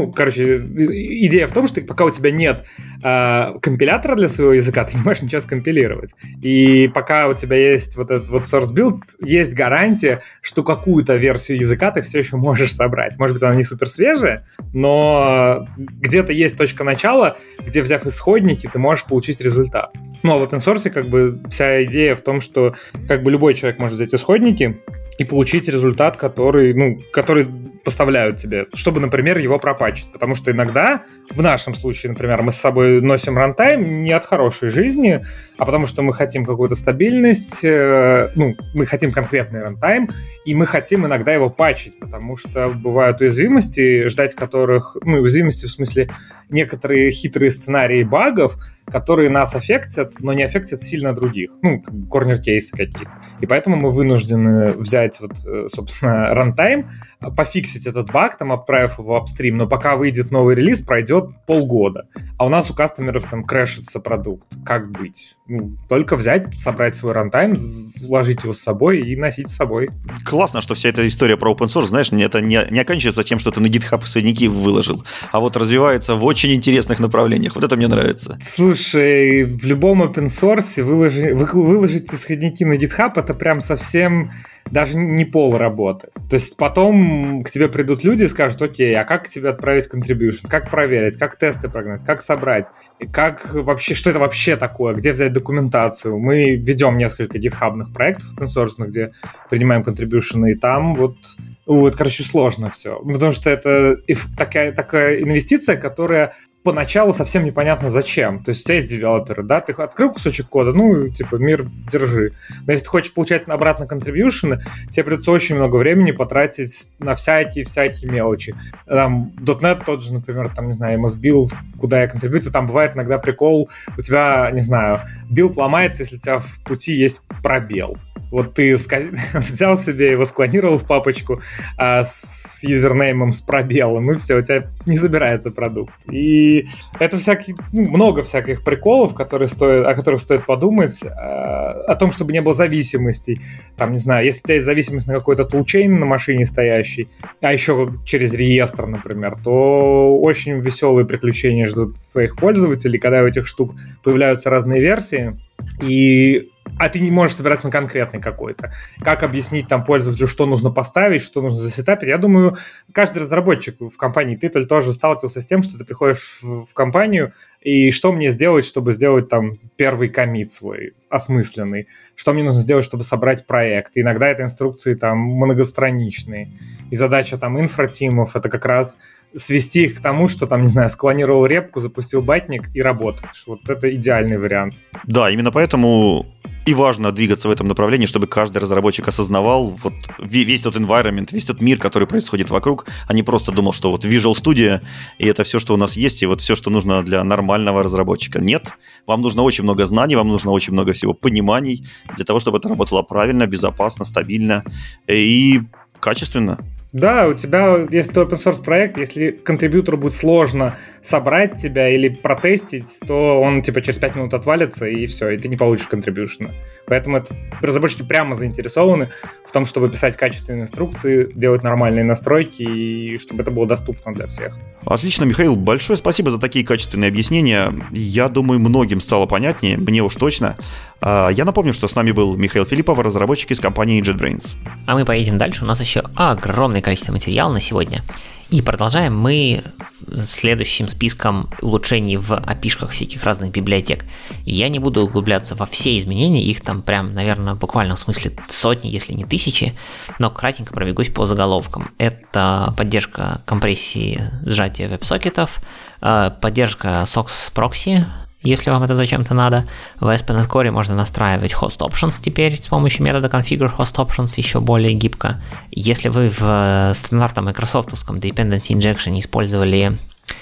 Идея в том, что пока у тебя нет компилятора для своего языка, ты не можешь ничего скомпилировать. И пока у тебя есть вот этот вот source build, есть гарантия, что какую-то версию языка ты все еще можешь собрать. Может быть, она не супер свежая, но где-то есть точка начала, где, взяв исходники, ты можешь получить результат. А в open source вся идея в том, что любой человек может взять исходники и получить результат, который поставляют тебе, чтобы, например, его пропатчить. Потому что иногда, в нашем случае, например, мы с собой носим рантайм не от хорошей жизни, а потому что мы хотим какую-то стабильность, мы хотим конкретный рантайм, и мы хотим иногда его патчить, потому что бывают уязвимости, ждать которых, уязвимости в смысле некоторые хитрые сценарии багов, которые нас аффектят, но не аффектят сильно других, корнер-кейсы какие-то. И поэтому мы вынуждены взять, собственно, рантайм, пофиксить этот баг, отправив его в апстрим, но пока выйдет новый релиз, пройдет полгода. А у нас у кастомеров крэшится продукт. Как быть? Только взять, собрать свой рантайм, вложить его с собой и носить с собой. Классно, что вся эта история про open source, знаешь, это не оканчивается тем, что ты на GitHub исходники выложил, а развивается в очень интересных направлениях. Вот это мне нравится. Слушай, в любом open source выложить исходники на GitHub — это прям совсем даже не пол работы. То есть потом к тебе придут люди и скажут: окей, а как к тебе отправить contribution, как проверить, как тесты прогнать, как собрать, как вообще, что это вообще такое, где взять документацию. Мы ведем несколько гитхабных проектов open source, где принимаем contribution, и там сложно все. Потому что это такая инвестиция, которая поначалу совсем непонятно зачем. То есть у тебя есть девелоперы, да, ты открыл кусочек кода, мир, держи. Но если ты хочешь получать обратно contribution, тебе придется очень много времени потратить на всякие мелочи. Там .NET тот же, например, MS Build, куда я контрибьютю, там бывает иногда прикол, у тебя, билд ломается, если у тебя в пути есть пробел. Ты взял себе его, склонировал в папочку с юзернеймом, с пробелом, и все, у тебя не забирается продукт. И это много всяких приколов, о которых стоит подумать, о том, чтобы не было зависимостей. Если у тебя есть зависимость на какой-то тулчейн на машине стоящий, а еще через реестр, например, то очень веселые приключения ждут своих пользователей, когда у этих штук появляются разные версии, а ты не можешь собираться на конкретный какой-то. Как объяснить пользователю, что нужно поставить, что нужно засетапить? Я думаю, каждый разработчик в компании, ты тоже сталкивался с тем, что ты приходишь в компанию, и что мне сделать, чтобы сделать первый коммит свой осмысленный? Что мне нужно сделать, чтобы собрать проект? И иногда это инструкции многостраничные. И задача инфратимов — это как раз свести их к тому, что склонировал репку, запустил батник и работаешь. Это идеальный вариант. Да, именно поэтому и важно двигаться в этом направлении, чтобы каждый разработчик осознавал весь тот environment, весь тот мир, который происходит вокруг, а не просто думал, что Visual Studio, и это все, что у нас есть, и все, что нужно для нормального разработчика. Нет, вам нужно очень много знаний, вам нужно очень много всего пониманий для того, чтобы это работало правильно, безопасно, стабильно и качественно. Да, у тебя, если это open source проект, если контрибьютору будет сложно собрать тебя или протестить, то он через 5 минут отвалится, и все, и ты не получишь контрибьюшена. Поэтому разработчики прямо заинтересованы в том, чтобы писать качественные инструкции, делать нормальные настройки, и чтобы это было доступно для всех. Отлично, Михаил, большое спасибо за такие качественные объяснения. Я думаю, многим стало понятнее, мне уж точно. Я напомню, что с нами был Михаил Филиппов, разработчик из компании JetBrains. А мы поедем дальше, у нас еще огромное количество материала на сегодня. И продолжаем мы следующим списком улучшений в API-шках всяких разных библиотек. Я не буду углубляться во все изменения, их прям, наверное, буквально в смысле сотни, если не тысячи, но кратенько пробегусь по заголовкам. Это поддержка компрессии сжатия веб-сокетов, поддержка SOX Proxy, если вам это зачем-то надо. В ASP.NET Core можно настраивать host options теперь с помощью метода configure host options еще более гибко. Если вы в стандартном майкрософтовском dependency injection использовали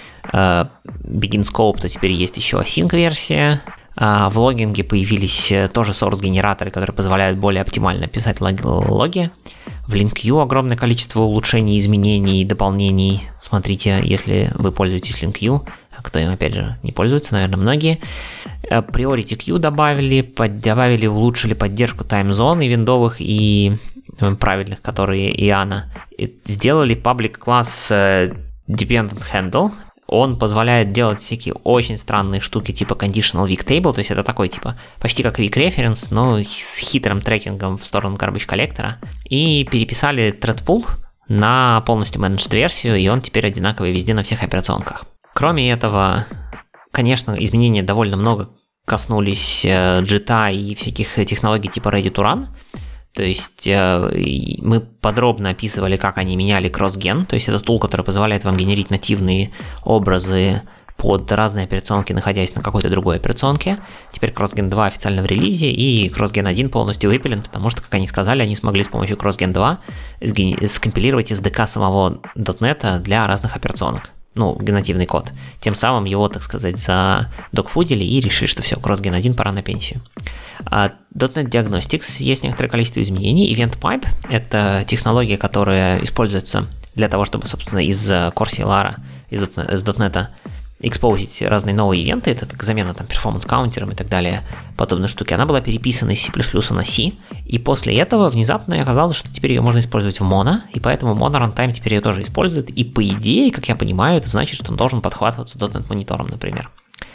begin scope, то теперь есть еще async версия. В логинге появились тоже source-генераторы, которые позволяют более оптимально писать логи. В LinkU огромное количество улучшений, изменений и дополнений. Смотрите, если вы пользуетесь LinkU. Кто им, опять же, не пользуется, наверное, многие. Priority Queue добавили, улучшили поддержку таймзон и виндовых, и правильных, которые IANA. Сделали public class dependent handle. Он позволяет делать всякие очень странные штуки типа conditional weak table, то есть это такой почти как weak reference, но с хитрым трекингом в сторону garbage коллектора. И переписали thread pool на полностью managed версию, и он теперь одинаковый везде на всех операционках. Кроме этого, конечно, изменения довольно много коснулись JIT и всяких технологий типа Ready to Run. То есть мы подробно описывали, как они меняли CrossGen, то есть это тул, который позволяет вам генерить нативные образы под разные операционки, находясь на какой-то другой операционке. Теперь CrossGen 2 официально в релизе, и CrossGen 1 полностью выпилен, потому что, как они сказали, они смогли с помощью CrossGen 2 скомпилировать SDK самого .NET для разных операционок. Ну, нативный код. Тем самым его, так сказать, задокфудили и решили, что все, CrossGen 1 пора на пенсию. А .NET Diagnostics есть некоторое количество изменений. Event Pipe — это технология, которая используется для того, чтобы, собственно, из Core CLR, из .NET экспозить разные новые ивенты, это как замена там перформанс-каунтером и так далее, подобные штуки. Она была переписана из C++ на C, и после этого внезапно оказалось, что теперь ее можно использовать в Mono, и поэтому Mono Runtime теперь ее тоже использует, и по идее, как я понимаю, это значит, что он должен подхватываться .NET монитором, например.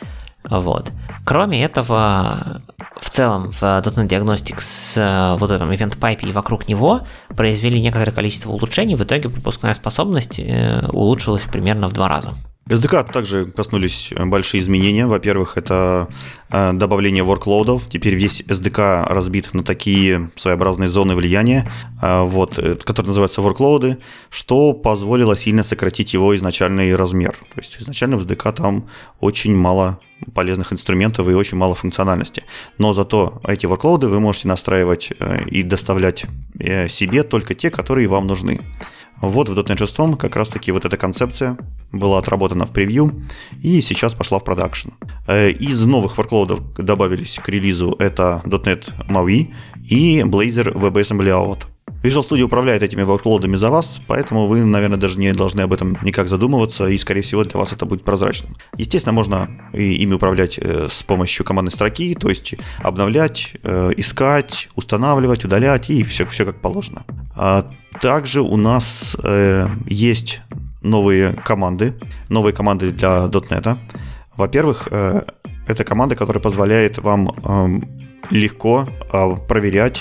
Вот. Кроме этого, в целом в .NET Diagnostics вот этом Event Pipe и вокруг него произвели некоторое количество улучшений, в итоге пропускная способность улучшилась примерно в 2 раза. SDK также коснулись большие изменения. Во-первых, это добавление workload'ов. Теперь весь SDK разбит на такие своеобразные зоны влияния, которые называются workload'ы, что позволило сильно сократить его изначальный размер. То есть изначально в SDK там очень мало полезных инструментов и очень мало функциональности. Но зато эти workload'ы вы можете настраивать и доставлять себе только те, которые вам нужны. Вот в .NET 6 как раз-таки вот эта концепция была отработана в превью и сейчас пошла в продакшн. Из новых workload'ов добавились к релизу это .NET MAUI и Blazor WebAssembly Out. Visual Studio управляет этими workload'ами за вас, поэтому вы, наверное, даже не должны об этом никак задумываться, и, скорее всего, для вас это будет прозрачным. Естественно, можно ими управлять с помощью командной строки, то есть обновлять, искать, устанавливать, удалять, и все как положено. Также у нас есть новые команды для .NET. Во-первых, это команда, которая позволяет вам легко проверять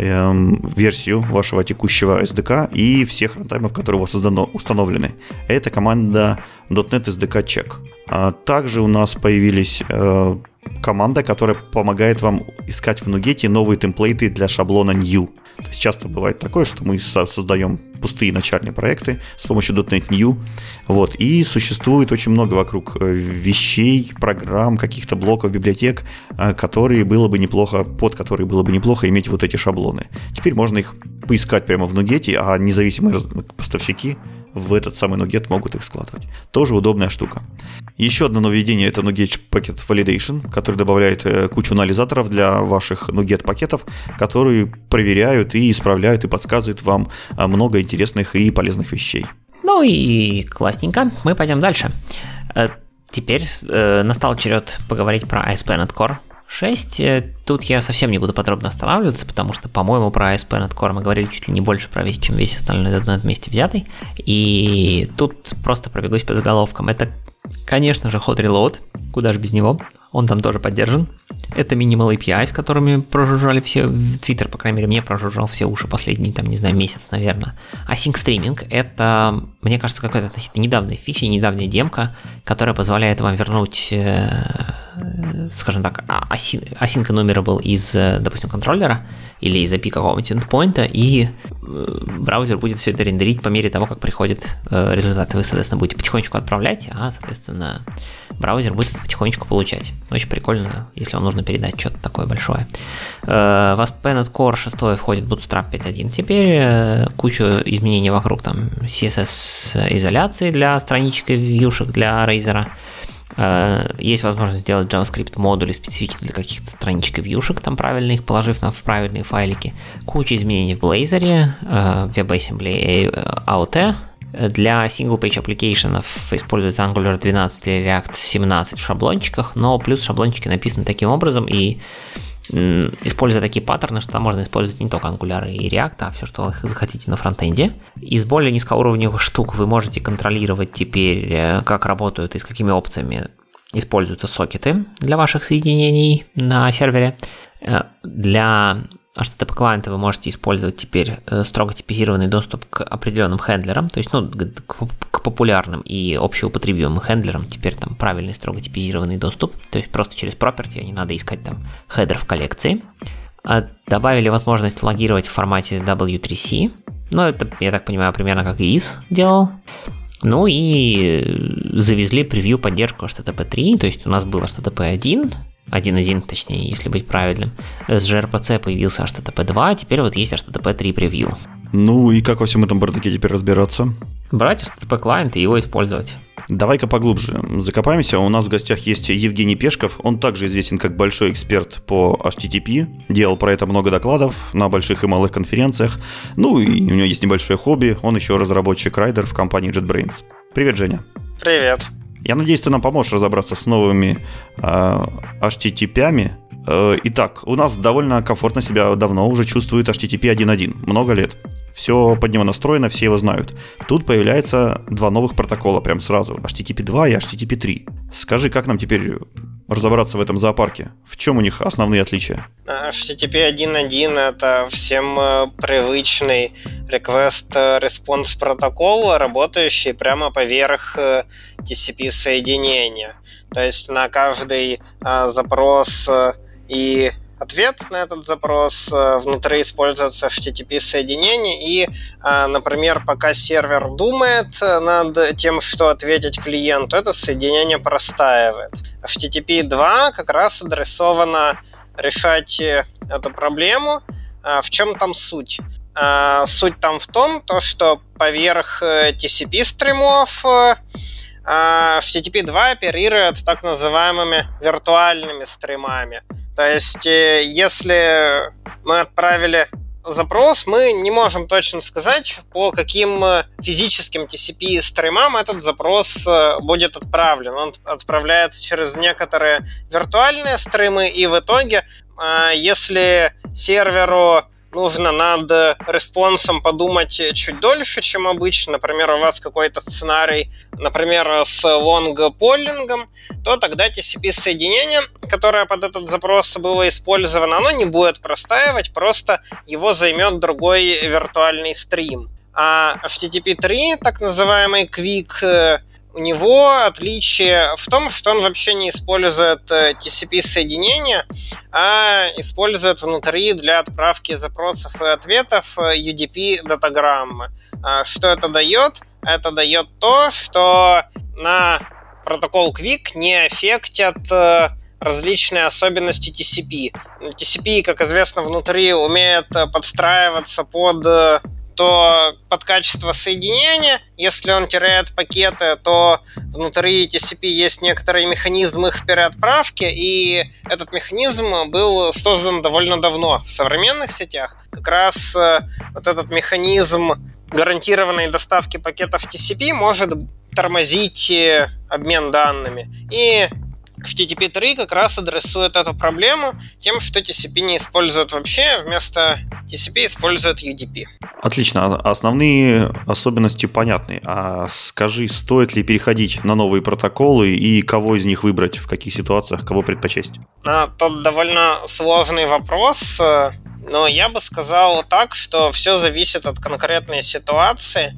версию вашего текущего SDK и всех рантаймов, которые у вас установлены. Это команда .NET SDK Check. Также у нас появились команда, которая помогает вам искать в Nuget новые темплейты для шаблона New. То есть часто бывает такое, что мы создаем пустые начальные проекты с помощью .NET New. Вот. И существует очень много вокруг вещей, программ, каких-то блоков, библиотек, под которые было бы неплохо иметь вот эти шаблоны. Теперь можно их поискать прямо в Nuget, а независимые поставщики в этот самый Nuget могут их складывать. Тоже удобная штука. Еще одно нововведение — это Nuget Packet Validation, который добавляет кучу анализаторов для ваших Nuget пакетов, которые проверяют и исправляют и подсказывают вам много интересных и полезных вещей. Ну и классненько, мы пойдем дальше. Теперь настал черед поговорить про ASP.NET Core 6. Тут я совсем не буду подробно останавливаться, потому что, по-моему, про ASP.NET Core мы говорили чуть ли не больше чем весь остальной .NET вместе взятый. И тут просто пробегусь по заголовкам. Это, конечно же, Hot Reload, куда же без него. Он там тоже поддержан. Это Minimal API, с которыми прожужжали все, Twitter, по крайней мере, мне прожужжал все уши последний, месяц, наверное. Async Streaming — это, мне кажется, какая-то относительно недавняя фича, недавняя демка, которая позволяет вам вернуть, скажем так, async enumerable из, допустим, контроллера или из API какого-нибудь endpoint, и браузер будет все это рендерить по мере того, как приходит результат. Вы, соответственно, будете потихонечку отправлять, а, соответственно, браузер будет это потихонечку получать. Очень прикольно, если вам нужно передать что-то такое большое. В ASP.NET Core 6 входит Bootstrap 5.1. Теперь кучу изменений вокруг, там CSS-изоляции для страничек и вьюшек для Razer. Есть возможность сделать JavaScript модули специфично для каких-то страничек и вьюшек, там правильно их положив в правильные файлики. Куча изменений в Blazor, WebAssembly и AOT. Для single-page application используется Angular 12 или React 17 в шаблончиках, но плюс шаблончики написаны таким образом и используя такие паттерны, что там можно использовать не только Angular и React, а все, что вы захотите на фронтенде. Из более низкоуровневых штук вы можете контролировать теперь, как работают и с какими опциями используются сокеты для ваших соединений на сервере. Для HTTP клиента вы можете использовать теперь строго типизированный доступ к определенным хендлерам, то есть к популярным и общеупотребимым хендлерам теперь там правильный строго типизированный доступ, то есть просто через property, не надо искать там хедер в коллекции. Добавили возможность логировать в формате W3C. Ну, это, я так понимаю, примерно как EAS делал. Ну и завезли превью поддержку HTTP 3, то есть у нас было HTTP 1.1, точнее, если быть правильным. С gRPC появился HTTP 2, теперь вот есть HTTP 3 превью. Ну и как во всем этом бардаке теперь разбираться? Брать HTTP клиент и его использовать. Давай-ка поглубже закопаемся. У нас в гостях есть Евгений Пешков. Он также известен как большой эксперт по HTTP. Делал про это много докладов на больших и малых конференциях. Ну и у него есть небольшое хобби. Он еще разработчик-райдер в компании JetBrains. Привет, Женя. Привет. Я надеюсь, ты нам поможешь разобраться с новыми HTTP-ами. Итак, у нас довольно комфортно себя давно уже чувствует HTTP 1.1. Много лет. Все под него настроено, все его знают. Тут появляется два новых протокола прям сразу. HTTP 2 и HTTP 3. Скажи, как нам теперь разобраться в этом зоопарке? В чем у них основные отличия? HTTP 1.1 — это всем привычный request-response протокол, работающий прямо поверх TCP-соединения. То есть на каждый запрос и ответ на этот запрос внутри используется HTTP-соединение, и, например, пока сервер думает над тем, что ответить клиенту, это соединение простаивает. HTTP 2 как раз адресовано решать эту проблему. В чем там суть? Суть там в том, что поверх TCP-стримов HTTP 2 оперирует так называемыми виртуальными стримами. То есть, если мы отправили запрос, мы не можем точно сказать, по каким физическим TCP-стримам этот запрос будет отправлен. Он отправляется через некоторые виртуальные стримы, и в итоге, если серверу нужно над респонсом подумать чуть дольше, чем обычно, например, у вас какой-то сценарий, например, с лонг-поллингом, то тогда TCP-соединение, которое под этот запрос было использовано, оно не будет простаивать, просто его займет другой виртуальный стрим. А HTTP 3, так называемый Quick, у него отличие в том, что он вообще не использует TCP-соединения, а использует внутри для отправки запросов и ответов UDP-датаграммы. Что это дает? Это дает то, что на протокол Quick не аффектят различные особенности TCP. TCP, как известно, внутри умеет подстраиваться под качество соединения. Если он теряет пакеты, то внутри TCP есть некоторые механизмы их переотправки, и этот механизм был создан довольно давно в современных сетях. Как раз вот этот механизм гарантированной доставки пакетов TCP может тормозить обмен данными. И HTTP 3 как раз адресует эту проблему тем, что TCP не использует вообще, вместо TCP использует UDP. Отлично. Основные особенности понятны. А скажи, стоит ли переходить на новые протоколы и кого из них выбрать, в каких ситуациях, кого предпочесть? Тут довольно сложный вопрос. Но я бы сказал так, что все зависит от конкретной ситуации.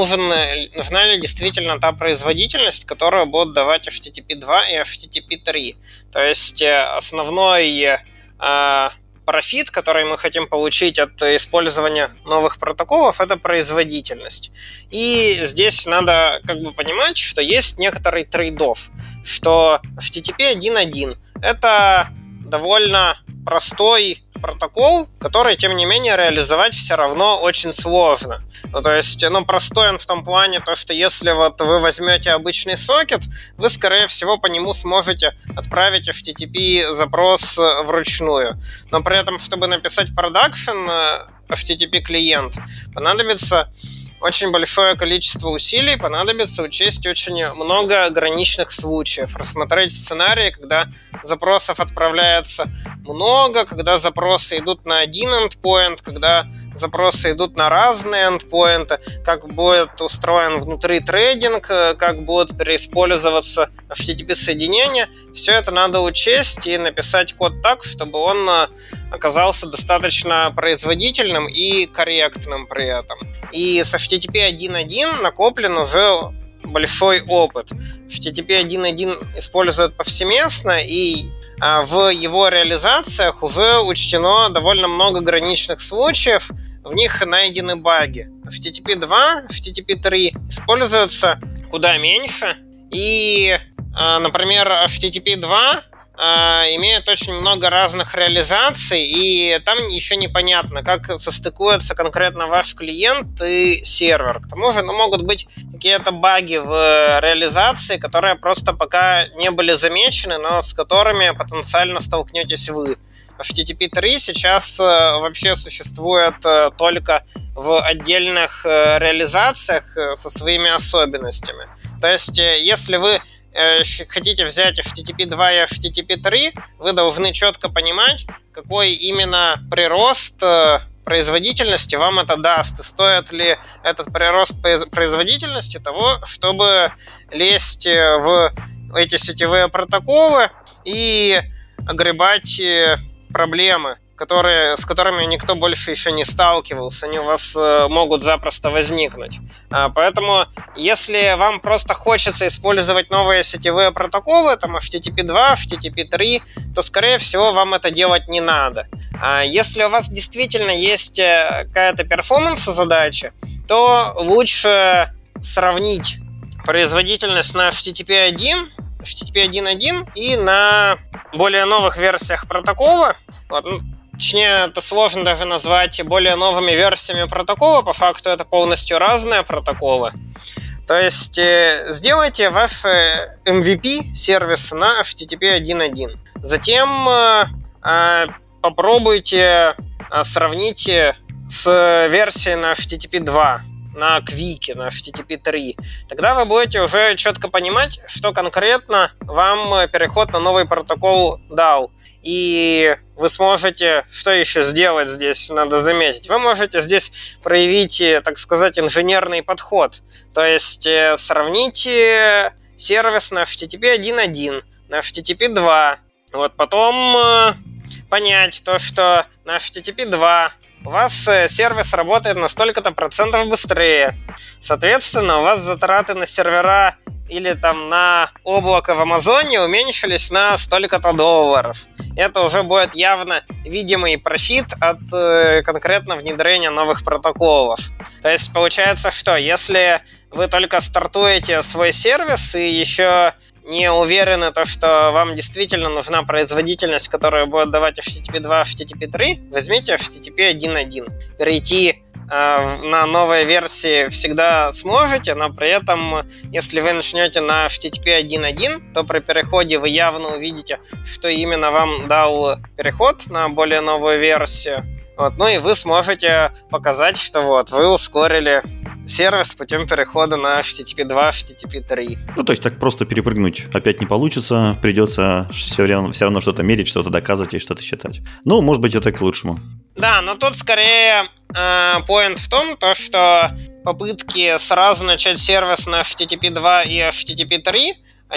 Нужна ли действительно та производительность, которую будут давать HTTP 2 и HTTP 3. То есть основной профит, который мы хотим получить от использования новых протоколов, это производительность. И здесь надо понимать, что есть некоторый трейд-офф, что HTTP 1.1 это довольно простой протокол, который, тем не менее, реализовать все равно очень сложно. То есть, простой он в том плане, что если вы возьмете обычный сокет, вы, скорее всего, по нему сможете отправить HTTP-запрос вручную. Но при этом, чтобы написать продакшн HTTP-клиент, понадобится очень большое количество усилий, понадобится учесть очень много граничных случаев, рассмотреть сценарии, когда запросов отправляется много, когда запросы идут на один endpoint, когда запросы идут на разные эндпоинты, как будет устроен внутри трейдинг, как будут переиспользоваться HTTP-соединения. Все это надо учесть и написать код так, чтобы он оказался достаточно производительным и корректным при этом. И с HTTP 1.1 накоплен уже большой опыт. HTTP 1.1 используют повсеместно, и в его реализациях уже учтено довольно много граничных случаев, в них найдены баги. HTTP 2, HTTP 3 используются куда меньше, и, например, HTTP 2 имеет очень много разных реализаций, и там еще непонятно, как состыкуется конкретно ваш клиент и сервер. К тому же, могут быть какие-то баги в реализации, которые просто пока не были замечены, но с которыми потенциально столкнетесь вы. HTTP 3 сейчас вообще существует только в отдельных реализациях со своими особенностями. То есть, если вы хотите взять HTTP 2 и HTTP 3, вы должны четко понимать, какой именно прирост производительности вам это даст, и стоит ли этот прирост производительности того, чтобы лезть в эти сетевые протоколы и огребать проблемы, с которыми никто больше еще не сталкивался, они у вас могут запросто возникнуть. Поэтому, если вам просто хочется использовать новые сетевые протоколы, там HTTP 2, HTTP 3, то, скорее всего, вам это делать не надо. Если у вас действительно есть какая-то перформанс-задача, то лучше сравнить производительность на HTTP 1, HTTP 1.1 и на более новых версиях протокола. Точнее, это сложно даже назвать более новыми версиями протокола, по факту это полностью разные протоколы. То есть сделайте ваш MVP сервис на HTTP 1.1. Затем попробуйте сравнить с версией на HTTP 2, на Квике, на HTTP 3. Тогда вы будете уже четко понимать, что конкретно вам переход на новый протокол дал. И вы сможете, что еще сделать здесь, надо заметить, вы можете здесь проявить, так сказать, инженерный подход. То есть сравните сервис на HTTP 1.1, на HTTP 2. Потом понять то, что на HTTP 2 у вас сервис работает на столько-то процентов быстрее. Соответственно, у вас затраты на сервера или там на облако в Амазоне уменьшились на столько-то долларов. Это уже будет явно видимый профит от конкретно внедрения новых протоколов. То есть получается, что если вы только стартуете свой сервис и еще не уверены, что вам действительно нужна производительность, которую будет давать HTTP 2, HTTP 3, возьмите HTTP 1.1. Перейти на новые версии всегда сможете, но при этом, если вы начнете на HTTP 1.1, то при переходе вы явно увидите, что именно вам дал переход на более новую версию. И вы сможете показать, что вы ускорили сервис путем перехода на HTTP 2, HTTP 3. То есть так просто перепрыгнуть опять не получится, придется все равно что-то мерить, что-то доказывать и что-то считать. Может быть, это к лучшему. Да, но тут скорее поинт в том, что попытки сразу начать сервис на HTTP 2 и HTTP 3,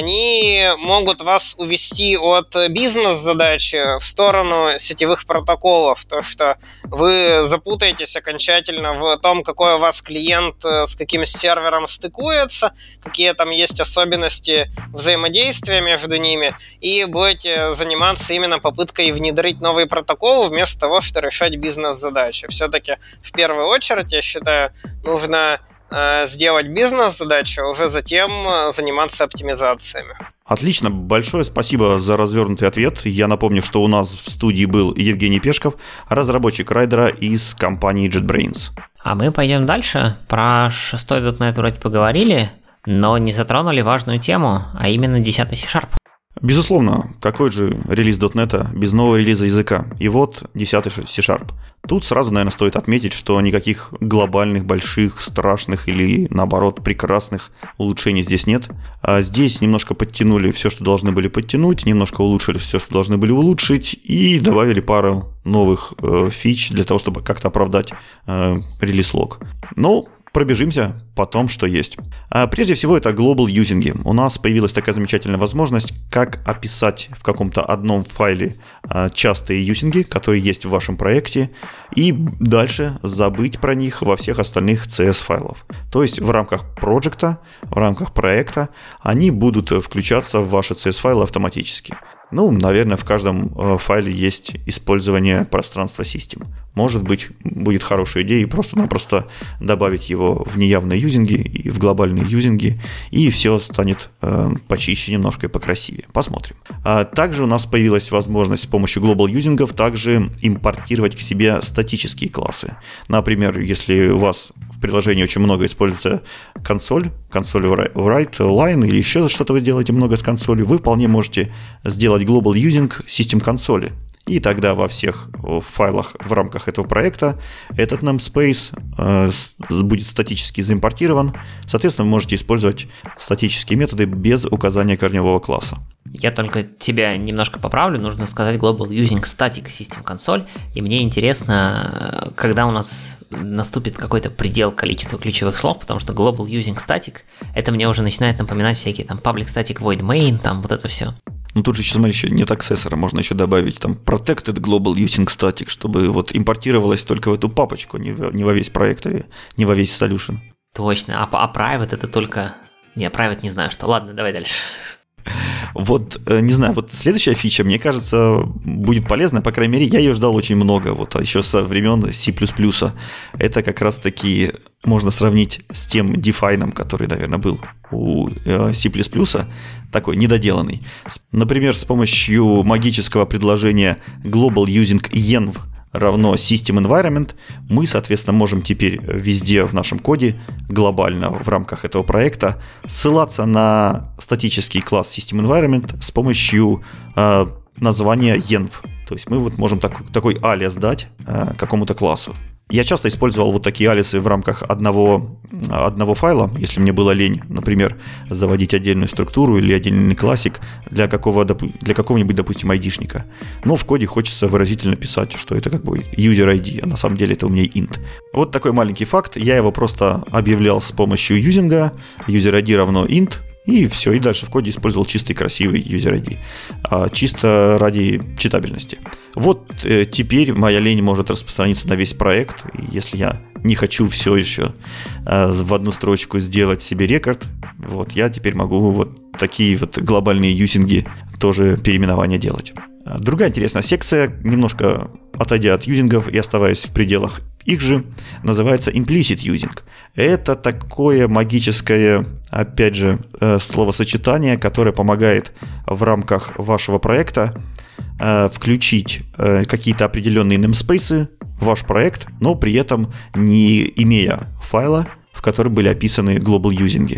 они могут вас увести от бизнес-задач в сторону сетевых протоколов. То, что вы запутаетесь окончательно в том, какой у вас клиент с каким сервером стыкуется, какие там есть особенности взаимодействия между ними, и будете заниматься именно попыткой внедрить новый протокол вместо того, что решать бизнес-задачи. Все-таки в первую очередь, я считаю, нужно сделать бизнес-задачу, а уже затем заниматься оптимизациями. Отлично, большое спасибо за развернутый ответ. Я напомню, что у нас в студии был Евгений Пешков, разработчик райдера из компании JetBrains. А мы пойдем дальше. Про 6-й .NET вроде поговорили, но не затронули важную тему, а именно 10-й C#. Безусловно, какой же релиз .NET без нового релиза языка? И 10-й C#. Тут сразу, наверное, стоит отметить, что никаких глобальных, больших, страшных или, наоборот, прекрасных улучшений здесь нет. Здесь немножко подтянули все, что должны были подтянуть, немножко улучшили все, что должны были улучшить, и добавили пару новых фич для того, чтобы как-то оправдать релиз-лог. пробежимся по тому, что есть. Прежде всего, это global using. У нас появилась такая замечательная возможность, как описать в каком-то одном файле частые юзинги, которые есть в вашем проекте, и дальше забыть про них во всех остальных CS-файлах. То есть в рамках проекта, в рамках проекта они будут включаться в ваши CS-файлы автоматически. Наверное, в каждом файле есть использование пространства систем. Может быть, будет хорошая идея просто-напросто добавить его в неявные юзинги и в глобальные юзинги, и все станет почище немножко и покрасивее. Посмотрим. Также у нас появилась возможность с помощью global юзингов также импортировать к себе статические классы. Например, если у вас в приложении очень много используется консоль write line или еще что-то вы делаете много с консолью, вы вполне можете сделать global using систем консоли. И тогда во всех файлах в рамках этого проекта этот namespace будет статически заимпортирован. Соответственно, вы можете использовать статические методы без указания корневого класса. Я только тебя немножко поправлю. Нужно сказать global using static system console. И мне интересно, когда у нас наступит какой-то предел количества ключевых слов, потому что global using static, это мне уже начинает напоминать всякие там public static void main, там вот это все. Тут же, смотри, еще нет аксессора, можно еще добавить там protected global using static, чтобы импортировалось только в эту папочку, не во весь проект или не во весь solution. Точно, а private это только... private не знаю что. Ладно, давай дальше. Не знаю, следующая фича, мне кажется, будет полезна, по крайней мере, я ее ждал очень много, еще со времен C++. Это как раз-таки можно сравнить с тем define, который, наверное, был у C++, такой недоделанный. Например, с помощью магического предложения global using env равно System Environment, мы, соответственно, можем теперь везде в нашем коде, глобально в рамках этого проекта, ссылаться на статический класс System Environment с помощью названия env. То есть мы можем такой алиас дать какому-то классу. Я часто использовал такие алиасы в рамках одного файла, если мне было лень, например, заводить отдельную структуру или отдельный классик для какого-нибудь, допустим, айдишника. Но в коде хочется выразительно писать, что это как бы user ID, а на самом деле это у меня int. Вот такой маленький факт, я его просто объявлял с помощью юзинга, user ID равно int, и все, и дальше в коде использовал чистый красивый user ID, чисто ради читабельности. Теперь моя лень может распространиться на весь проект, и если я не хочу все еще в одну строчку сделать себе рекорд, я теперь могу такие глобальные юзинги тоже переименования делать. Другая интересная секция, немножко отойдя от юзингов и оставаясь в пределах их же, называется implicit using. Это такое магическое, опять же, словосочетание, которое помогает в рамках вашего проекта включить какие-то определенные namespace в ваш проект, но при этом не имея файла, в котором были описаны global юзинги.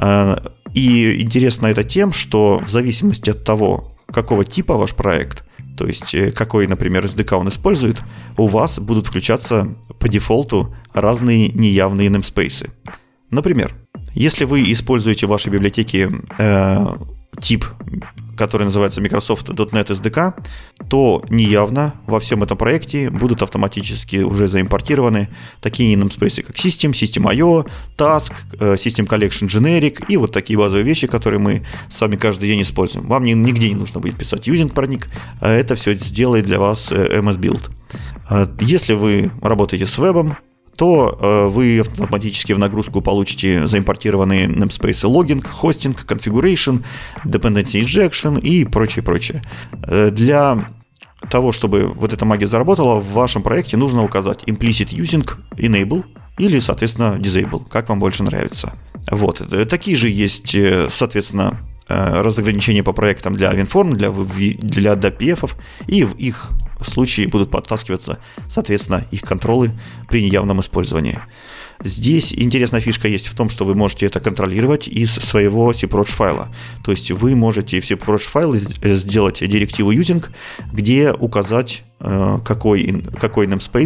И интересно это тем, что в зависимости от того, какого типа ваш проект, то есть какой, например, SDK он использует, у вас будут включаться по дефолту разные неявные namespace. Например, если вы используете в вашей библиотеке тип, который называется Microsoft.NET SDK, то неявно во всем этом проекте будут автоматически уже заимпортированы такие namespace, как System.io, Task, System Collection Generic и такие базовые вещи, которые мы с вами каждый день используем. Вам нигде не нужно будет писать using про них, это все сделает для вас MS Build. Если вы работаете с вебом, то вы автоматически в нагрузку получите заимпортированные namespace logging, hosting, configuration, dependency injection и прочее. Для того, чтобы эта магия заработала, в вашем проекте нужно указать implicit using enable или, соответственно, disable, как вам больше нравится. Такие же есть, соответственно, разограничения по проектам для WinForm, для DPF, и в их случае будут подтаскиваться, соответственно, их контролы при неявном использовании. Здесь интересная фишка есть в том, что вы можете это контролировать из своего cproc файла. То есть вы можете в cproc файле сделать директиву using, где указать, какой namespace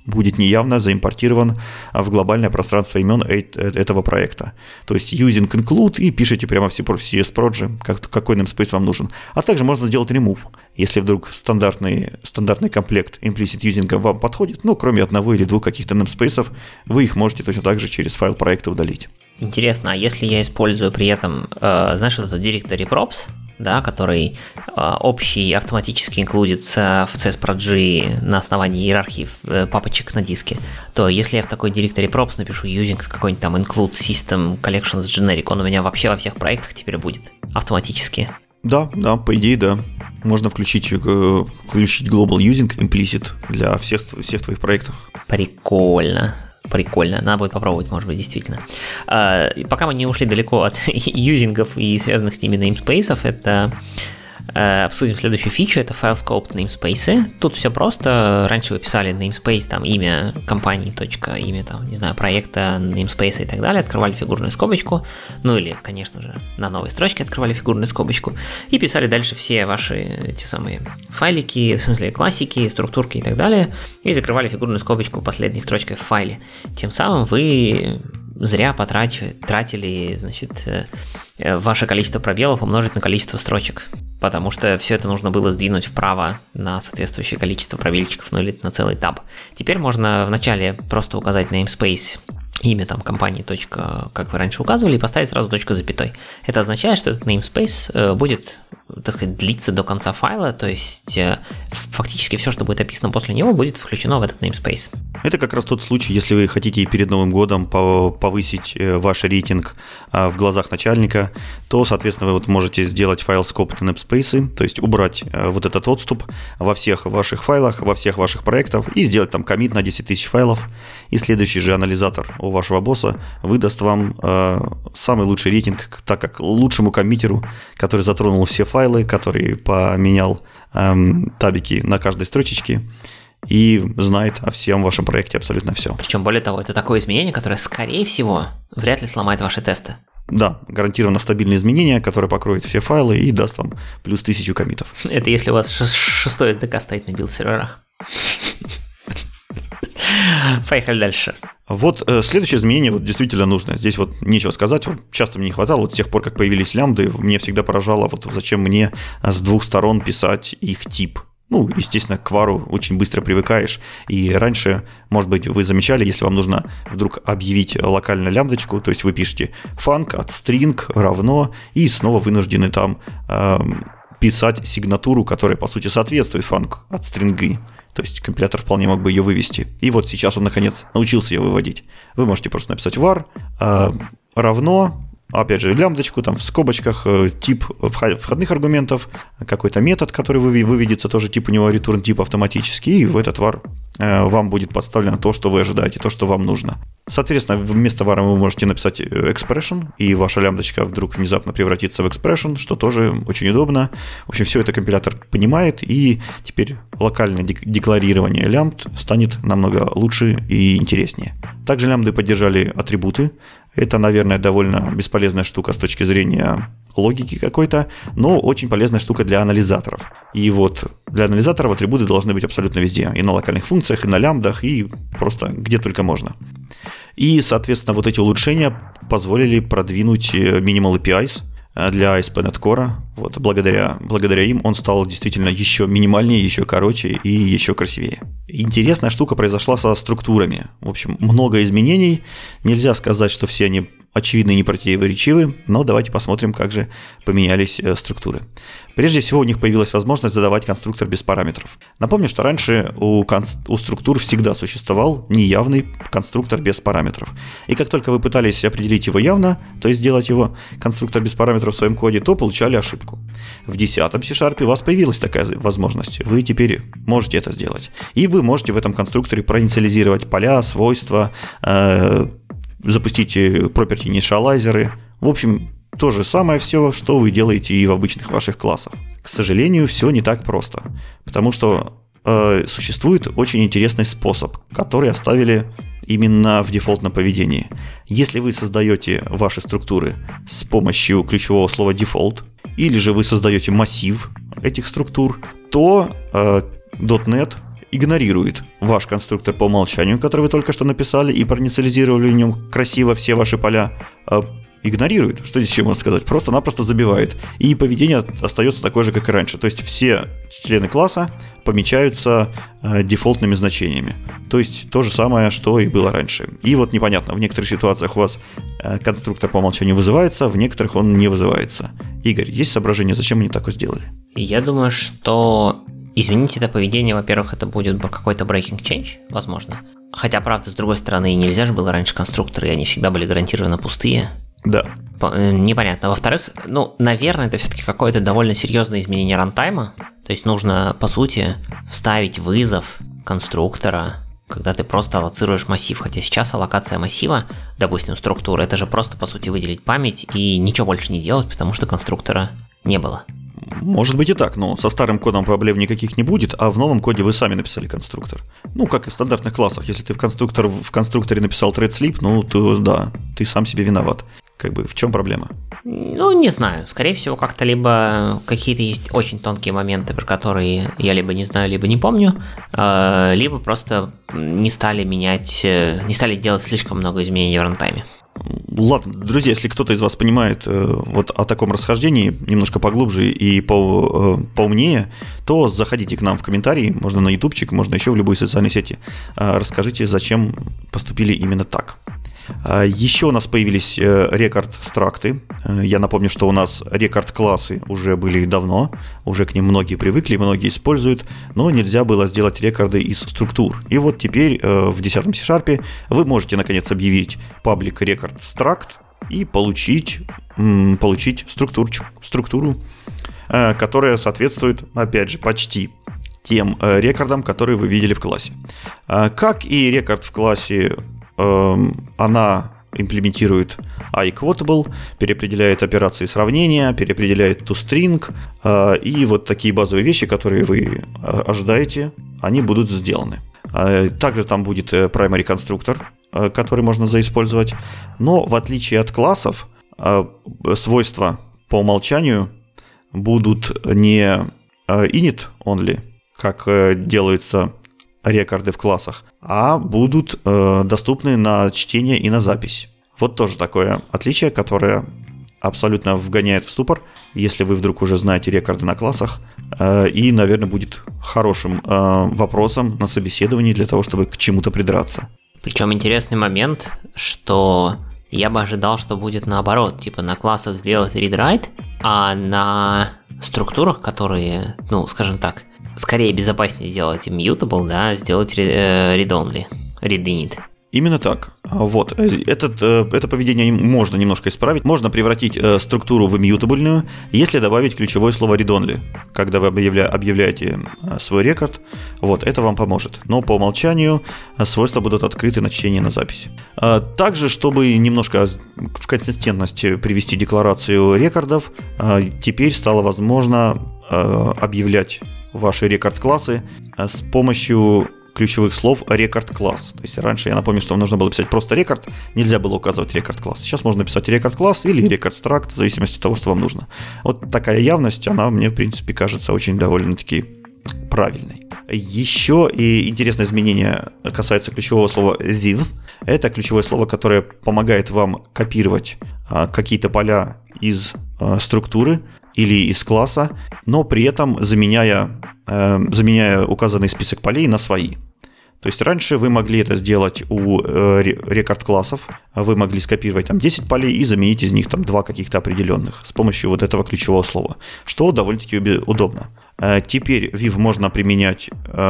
будет неявно заимпортирован в глобальное пространство имен этого проекта. То есть using include и пишите прямо в CSproj, какой namespace вам нужен. А также можно сделать remove, если вдруг стандартный комплект implicit using вам подходит, кроме одного или двух каких-то namespace'ов, вы их можете точно так же через файл проекта удалить. Интересно, а если я использую при этом, знаешь, вот этот directory props, да, который общий автоматически инклюдится в CSproj на основании иерархии папочек на диске, то если я в такой directory props напишу using какой-нибудь там include system collections generic, он у меня вообще во всех проектах теперь будет автоматически. Да, по идее, да. Можно включить global using implicit для всех твоих проектов. Прикольно, надо будет попробовать, может быть, действительно. Пока мы не ушли далеко от юзингов и связанных с ними namespace'ов, это обсудим следующую фичу, это file-scoped namespace. Тут все просто. Раньше вы писали namespace, там имя компании, имя там, не знаю, проекта, namespace и так далее, открывали фигурную скобочку, или, конечно же, на новой строчке открывали фигурную скобочку и писали дальше все ваши эти самые файлики, в смысле классики, структурки и так далее, и закрывали фигурную скобочку последней строчкой в файле. Тем самым вы зря тратили, значит, ваше количество пробелов умножить на количество строчек, потому что все это нужно было сдвинуть вправо на соответствующее количество пробельчиков, или на целый таб. Теперь можно вначале просто указать namespace имя там компании, как вы раньше указывали, и поставить сразу точку с запятой. Это означает, что этот namespace будет, так сказать, длиться до конца файла, то есть фактически все, что будет описано после него, будет включено в этот namespace. Это как раз тот случай, если вы хотите перед Новым годом повысить ваш рейтинг в глазах начальника, то, соответственно, вы можете сделать файл scope namespace, то есть убрать вот этот отступ во всех ваших файлах, во всех ваших проектах и сделать там коммит на 10 тысяч файлов, и следующий же анализатор у вашего босса выдаст вам самый лучший рейтинг, так как лучшему коммитеру, который затронул все файлы, который поменял табики на каждой строчечке, и знает о всем вашем проекте абсолютно все. Причем, более того, это такое изменение, которое, скорее всего, вряд ли сломает ваши тесты. Да, гарантированно стабильное изменение, которое покроет все файлы и даст вам плюс 1000 коммитов. Это если у вас 6 SDK стоит на билд-серверах. Поехали дальше. Вот следующее изменение действительно нужно. Здесь нечего сказать. Часто мне не хватало. С тех пор, как появились лямбды, мне всегда поражало, зачем мне с двух сторон писать их тип. Естественно, к вару очень быстро привыкаешь. И раньше, может быть, вы замечали, если вам нужно вдруг объявить локально лямбдочку, то есть вы пишете func от string равно, и снова вынуждены там писать сигнатуру, которая, по сути, соответствует func от стринги. То есть компилятор вполне мог бы ее вывести. И вот сейчас он, наконец, научился ее выводить. Вы можете просто написать var равно, опять же, лямбдочку, там в скобочках, тип входных аргументов, какой-то метод, который выведется, тоже тип у него return тип автоматически, и в этот var вам будет подставлено то, что вы ожидаете, то, что вам нужно. Соответственно, вместо var вы можете написать expression, и ваша лямбдочка вдруг внезапно превратится в expression, что тоже очень удобно. В общем, все это компилятор понимает, и теперь локальное декларирование лямбд станет намного лучше и интереснее. Также лямбды поддержали атрибуты. Это, наверное, довольно бесполезная штука с точки зрения логики какой-то, но очень полезная штука для анализаторов. И для анализаторов атрибуты должны быть абсолютно везде. И на локальных функциях, и на лямбдах, и просто где только можно. И, соответственно, эти улучшения позволили продвинуть Minimal APIs для ASP.NET Core. Благодаря им он стал действительно еще минимальнее, еще короче и еще красивее. Интересная штука произошла со структурами. В общем, много изменений. Нельзя сказать, что все они очевидны и непротиворечивы, но давайте посмотрим, как же поменялись структуры. Прежде всего, у них появилась возможность задавать конструктор без параметров. Напомню, что раньше у структур всегда существовал неявный конструктор без параметров. И как только вы пытались определить его явно, то есть сделать его конструктор без параметров в своем коде, то получали ошибку. В 10-м C# у вас появилась такая возможность. Вы теперь можете это сделать. И вы можете в этом конструкторе проинициализировать поля, свойства, запустить property initializer'ы. В общем, то же самое все, что вы делаете и в обычных ваших классах. К сожалению, все не так просто, потому что существует очень интересный способ, который оставили именно в дефолтном поведении. Если вы создаете ваши структуры с помощью ключевого слова default, или же вы создаете массив этих структур, то .NET игнорирует ваш конструктор по умолчанию, который вы только что написали и проинициализировали в нем красиво все ваши поля, игнорирует, что здесь еще можно сказать, просто-напросто забивает. И поведение остается такое же, как и раньше. То есть все члены класса помечаются дефолтными значениями. То есть то же самое, что и было раньше. И вот непонятно, в некоторых ситуациях у вас конструктор по умолчанию вызывается, в некоторых он не вызывается. Игорь, есть соображения, зачем они так сделали? Я думаю, что изменить это поведение, во-первых, это будет какой-то breaking change, возможно. Хотя, правда, с другой стороны, нельзя же было раньше конструкторы, и они всегда были гарантированно пустые. Да. Непонятно. Во-вторых, наверное, это все-таки какое-то довольно серьезное изменение рантайма. То есть нужно, по сути, вставить вызов конструктора, когда ты просто аллоцируешь массив. Хотя сейчас аллокация массива, допустим, структуры, это же просто, по сути, выделить память и ничего больше не делать, потому что конструктора не было. Может быть и так, но со старым кодом проблем никаких не будет, а в новом коде вы сами написали конструктор. Как и в стандартных классах. Если ты в конструкторе написал thread-sleep, то да, ты сам себе виноват. В чем проблема? Не знаю. Скорее всего, как-то либо какие-то есть очень тонкие моменты, про которые я либо не знаю, либо не помню, либо просто не стали делать слишком много изменений в рантайме. Ладно, друзья, если кто-то из вас понимает о таком расхождении немножко поглубже и поумнее, то заходите к нам в комментарии, можно на ютубчик, можно еще в любой социальной сети. Расскажите, зачем поступили именно так. Еще у нас появились рекорд-стракты. Я напомню, что у нас рекорд-классы уже были давно, уже к ним многие привыкли, многие используют, но нельзя было сделать рекорды из структур. И вот теперь в 10 C# вы можете наконец объявить public record struct и получить структуру, которая соответствует, опять же, почти тем рекордам, которые вы видели в классе. Как и рекорд в классе, она имплементирует iQuotable, переопределяет операции сравнения, переопределяет toString, и вот такие базовые вещи, которые вы ожидаете, они будут сделаны. Также там будет primary конструктор, который можно заиспользовать, но в отличие от классов, свойства по умолчанию будут не init only, как делаются рекорды в классах, а будут доступны на чтение и на запись. Вот тоже такое отличие, которое абсолютно вгоняет в ступор, если вы вдруг уже знаете рекорды на классах, и, наверное, будет хорошим вопросом на собеседовании для того, чтобы к чему-то придраться. Причем интересный момент, что я бы ожидал, что будет наоборот, типа на классах сделать read-write, а на структурах, которые, скажем так, скорее безопаснее делать immutable, да, сделать read-only, read-init. Именно так. Вот. Это поведение можно немножко исправить. Можно превратить структуру в иммьютабельную, если добавить ключевое слово read-only, когда вы объявляете свой рекорд. Вот, это вам поможет. Но по умолчанию свойства будут открыты на чтение и на запись. Также, чтобы немножко в консистентность привести декларацию рекордов, теперь стало возможно объявлять ваши рекорд-классы с помощью ключевых слов рекорд-класс. То есть раньше, я напомню, что вам нужно было писать просто рекорд, нельзя было указывать рекорд-класс. Сейчас можно писать рекорд-класс или рекорд-стракт, в зависимости от того, что вам нужно. Вот такая явность, она мне, в принципе, кажется очень довольно-таки правильной. Еще и интересное изменение касается ключевого слова with. Это ключевое слово, которое помогает вам копировать какие-то поля из структуры или из класса, но при этом заменяя указанный список полей на свои. То есть раньше вы могли это сделать у рекорд-классов, вы могли скопировать там 10 полей и заменить из них там 2 каких-то определенных с помощью вот этого ключевого слова, что довольно-таки удобно. Теперь Viv можно применять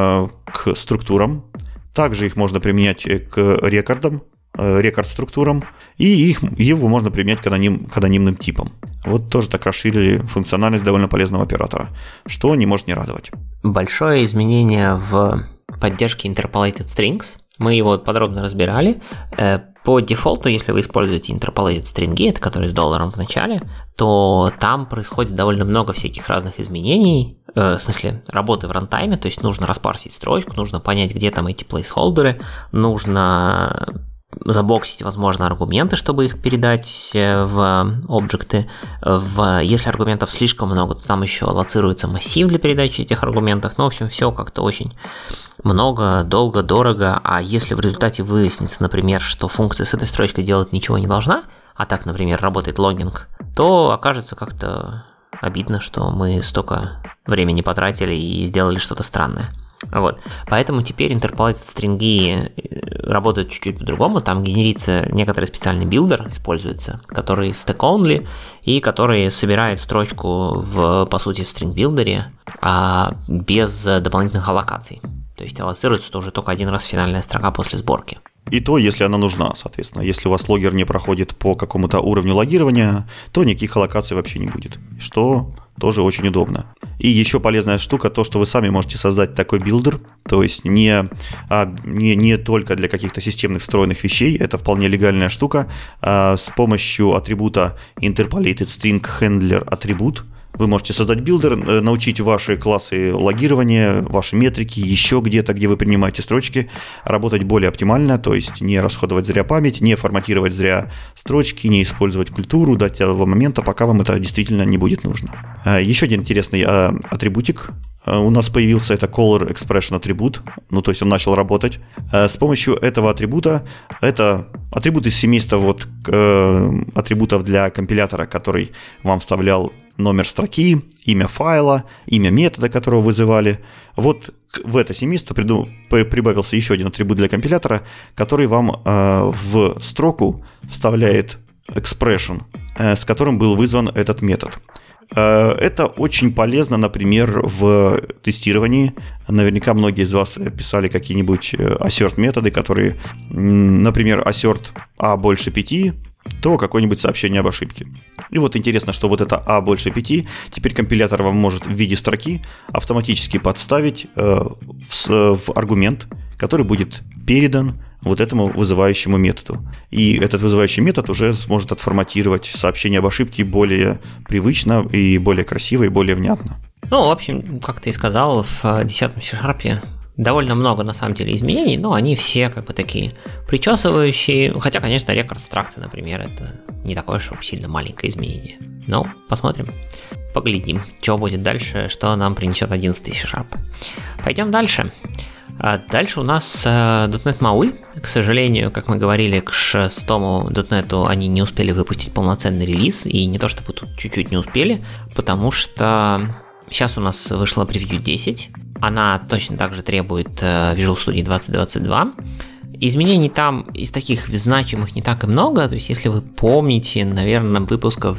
к структурам, также их можно применять к рекордам, рекорд-структурам, и его можно применять к анонимным типам. Вот тоже так расширили функциональность довольно полезного оператора, что не может не радовать. Большое изменение в поддержке interpolated strings. Мы его подробно разбирали. По дефолту, если вы используете interpolated strinги, это которые с долларом в начале, то там происходит довольно много всяких разных изменений, в смысле работы в рантайме, то есть нужно распарсить строчку, нужно понять, где там эти плейсхолдеры, нужно забоксить, возможно, аргументы, чтобы их передать в объекты. Если аргументов слишком много, то там еще аллоцируется массив для передачи этих аргументов. Ну, в общем, все как-то очень много, долго, дорого, а если в результате выяснится, например, что функция с этой строчкой делать ничего не должна, а так, например, работает логинг, то окажется как-то обидно, что мы столько времени потратили и сделали что-то странное. Вот. Поэтому теперь interpolated стринги работают чуть-чуть по-другому. Там генерится некоторый специальный билдер, используется, который stack-only и который собирает строчку по сути, в string-билдере без дополнительных аллокаций. То есть аллоцируется тоже только один раз финальная строка после сборки. И то, если она нужна, соответственно. Если у вас логер не проходит по какому-то уровню логирования, то никаких аллокаций вообще не будет, что тоже очень удобно. И еще полезная штука, то, что вы сами можете создать такой билдер, то есть не только для каких-то системных встроенных вещей, это вполне легальная штука. С помощью атрибута interpolated string handler атрибут вы можете создать билдер, научить ваши классы логирования, ваши метрики, еще где-то, где вы принимаете строчки, работать более оптимально, то есть не расходовать зря память, не форматировать зря строчки, не использовать культуру до того момента, пока вам это действительно не будет нужно. Еще один интересный атрибутик у нас появился, это Caller Expression атрибут, то есть он начал работать. С помощью этого атрибута, это атрибут из семейства атрибутов для компилятора, который вам вставлял номер строки, имя файла, имя метода, которого вызывали. Вот в это семейство прибавился еще один атрибут для компилятора, который вам в строку вставляет expression, с которым был вызван этот метод. Это очень полезно, например, в тестировании. Наверняка многие из вас писали какие-нибудь assert методы, которые, например, assert a больше 5, то какое-нибудь сообщение об ошибке. И вот интересно, что вот это a больше 5 теперь компилятор вам может в виде строки автоматически подставить в аргумент, который будет передан вот этому вызывающему методу. И этот вызывающий метод уже сможет отформатировать сообщение об ошибке более привычно и более красиво и более внятно. В общем, как ты и сказал, в 10-м C# довольно много, на самом деле, изменений, но они все такие причесывающие. Хотя, конечно, рекорд-стракты, например, это не такое уж сильно маленькое изменение. Но посмотрим, поглядим, что будет дальше, что нам принесет 11-й C#. Пойдем дальше. Дальше у нас .NET MAUI. К сожалению, как мы говорили, к 6-му .NET они не успели выпустить полноценный релиз, и не то чтобы тут чуть-чуть не успели, потому что сейчас у нас вышло превью 10, она точно так же требует Visual Studio 2022. Изменений там из таких значимых не так и много, то есть если вы помните, наверное, выпусков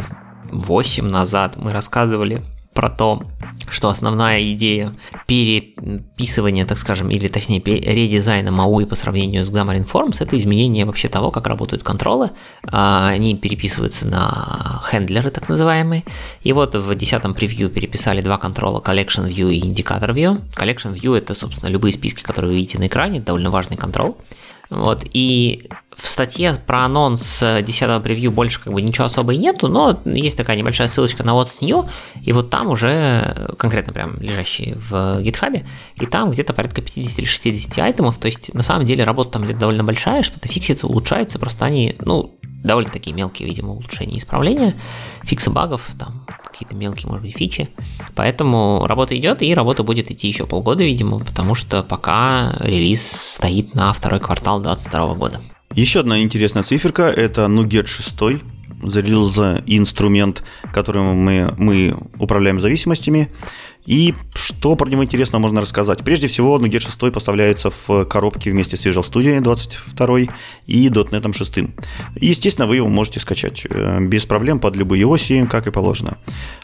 8 назад мы рассказывали про то, что основная идея переписывания, так скажем, или точнее редизайна MAUI по сравнению с Xamarin Forms — это изменение вообще того, как работают контролы. Они переписываются на хендлеры, так называемые. И вот в 10-м превью переписали два контрола — Collection View и Indicator View. Collection View — это, собственно, любые списки, которые вы видите на экране, это довольно важный контрол. Вот, и в статье про анонс 10-го превью больше ничего особо и нету, но есть такая небольшая ссылочка на What's New, и вот там уже, конкретно прям лежащие в GitHub, и там где-то порядка 50 или 60 айтемов, то есть на самом деле работа там довольно большая, что-то фиксится, улучшается, просто они, довольно такие мелкие, видимо, улучшения и исправления, фиксы багов, там какие-то мелкие, может быть, фичи. Поэтому работа идет, и работа будет идти еще полгода, видимо, потому что пока релиз стоит на второй квартал 2022 года. Еще одна интересная циферка – это NuGet 6, зарелиза инструмент, которым мы управляем зависимостями. И что про него интересно можно рассказать? Прежде всего, NuGet 6 поставляется в коробке вместе с Visual Studio 22 и .NET 6. И, естественно, вы его можете скачать без проблем под любые оси, как и положено.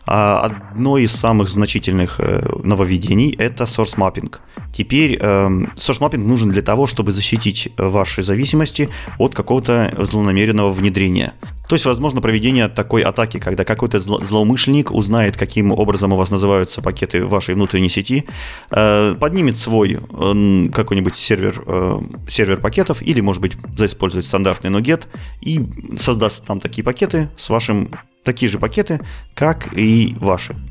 Одно из самых значительных нововведений – это source mapping. Теперь source mapping нужен для того, чтобы защитить ваши зависимости от какого-то злонамеренного внедрения. То есть, возможно, проведение такой атаки, когда какой-то злоумышленник узнает, каким образом у вас называются пакеты вашей внутренней сети, поднимет свой какой-нибудь сервер пакетов или, может быть, заиспользовать стандартный NuGet и создаст там такие же пакеты, как и ваши.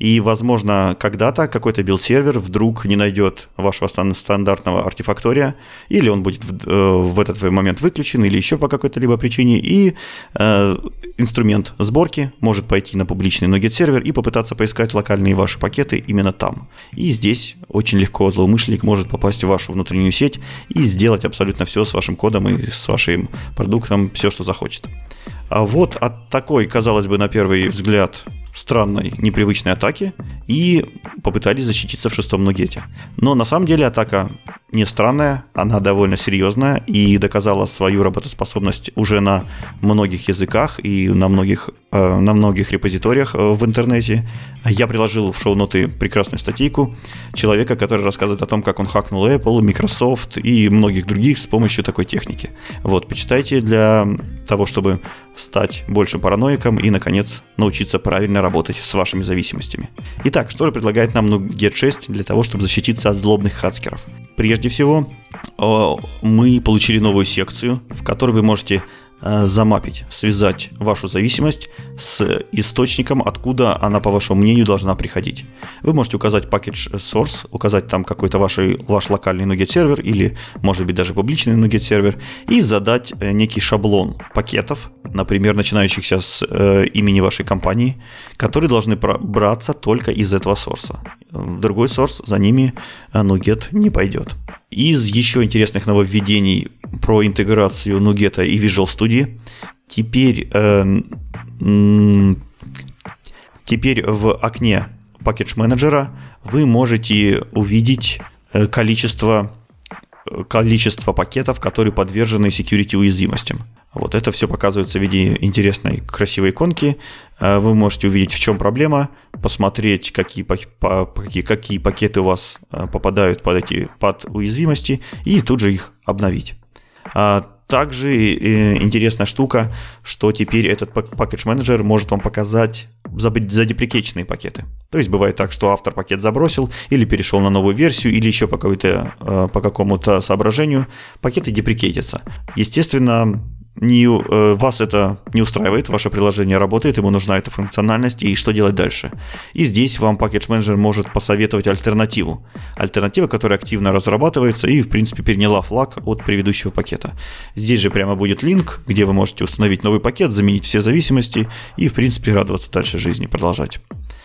И, возможно, когда-то какой-то билд-сервер вдруг не найдет вашего стандартного артефактория, или он будет в этот момент выключен, или еще по какой-то либо причине, и инструмент сборки может пойти на публичный NuGet-сервер и попытаться поискать локальные ваши пакеты именно там. И здесь очень легко злоумышленник может попасть в вашу внутреннюю сеть и сделать абсолютно все с вашим кодом и с вашим продуктом, все, что захочет. А вот от такой, казалось бы, на первый взгляд, странной, непривычной атаки и попытались защититься в 6-м NuGet. Но на самом деле атака не странная, она довольно серьезная и доказала свою работоспособность уже на многих языках и на многих репозиториях в интернете. Я приложил в шоу-ноты прекрасную статейку человека, который рассказывает о том, как он хакнул Apple, Microsoft и многих других с помощью такой техники. Вот, почитайте для того, чтобы стать больше параноиком и, наконец, научиться правильно работать с вашими зависимостями. Итак, что же предлагает нам NuGet 6 для того, чтобы защититься от злобных хакеров? Прежде всего, мы получили новую секцию, в которой вы можете замапить, связать вашу зависимость с источником, откуда она, по вашему мнению, должна приходить. Вы можете указать package source, указать там какой-то ваш локальный NuGet сервер или, может быть, даже публичный NuGet сервер и задать некий шаблон пакетов, например, начинающихся с имени вашей компании, которые должны браться только из этого сорса. Другой сорс за ними NuGet не пойдет. Из еще интересных нововведений про интеграцию NuGet и Visual Studio теперь в окне Package Manager вы можете увидеть количество пакетов, которые подвержены security уязвимостям. Вот это все показывается в виде интересной, красивой иконки. Вы можете увидеть, в чем проблема, посмотреть, какие пакеты у вас попадают под уязвимости, и тут же их обновить. Также интересная штука, что теперь этот Package Manager может вам показать задеприкейченные пакеты. То есть бывает так, что автор пакет забросил или перешел на новую версию, или еще по какому-то соображению пакеты деприкейтятся. Естественно, вас это не устраивает, ваше приложение работает, ему нужна эта функциональность, и что делать дальше? И здесь вам Package Manager может посоветовать альтернативу, которая активно разрабатывается и, в принципе, переняла флаг от предыдущего пакета. Здесь же прямо будет линк, где вы можете установить новый пакет, заменить все зависимости и, в принципе, радоваться дальше жизни, продолжать.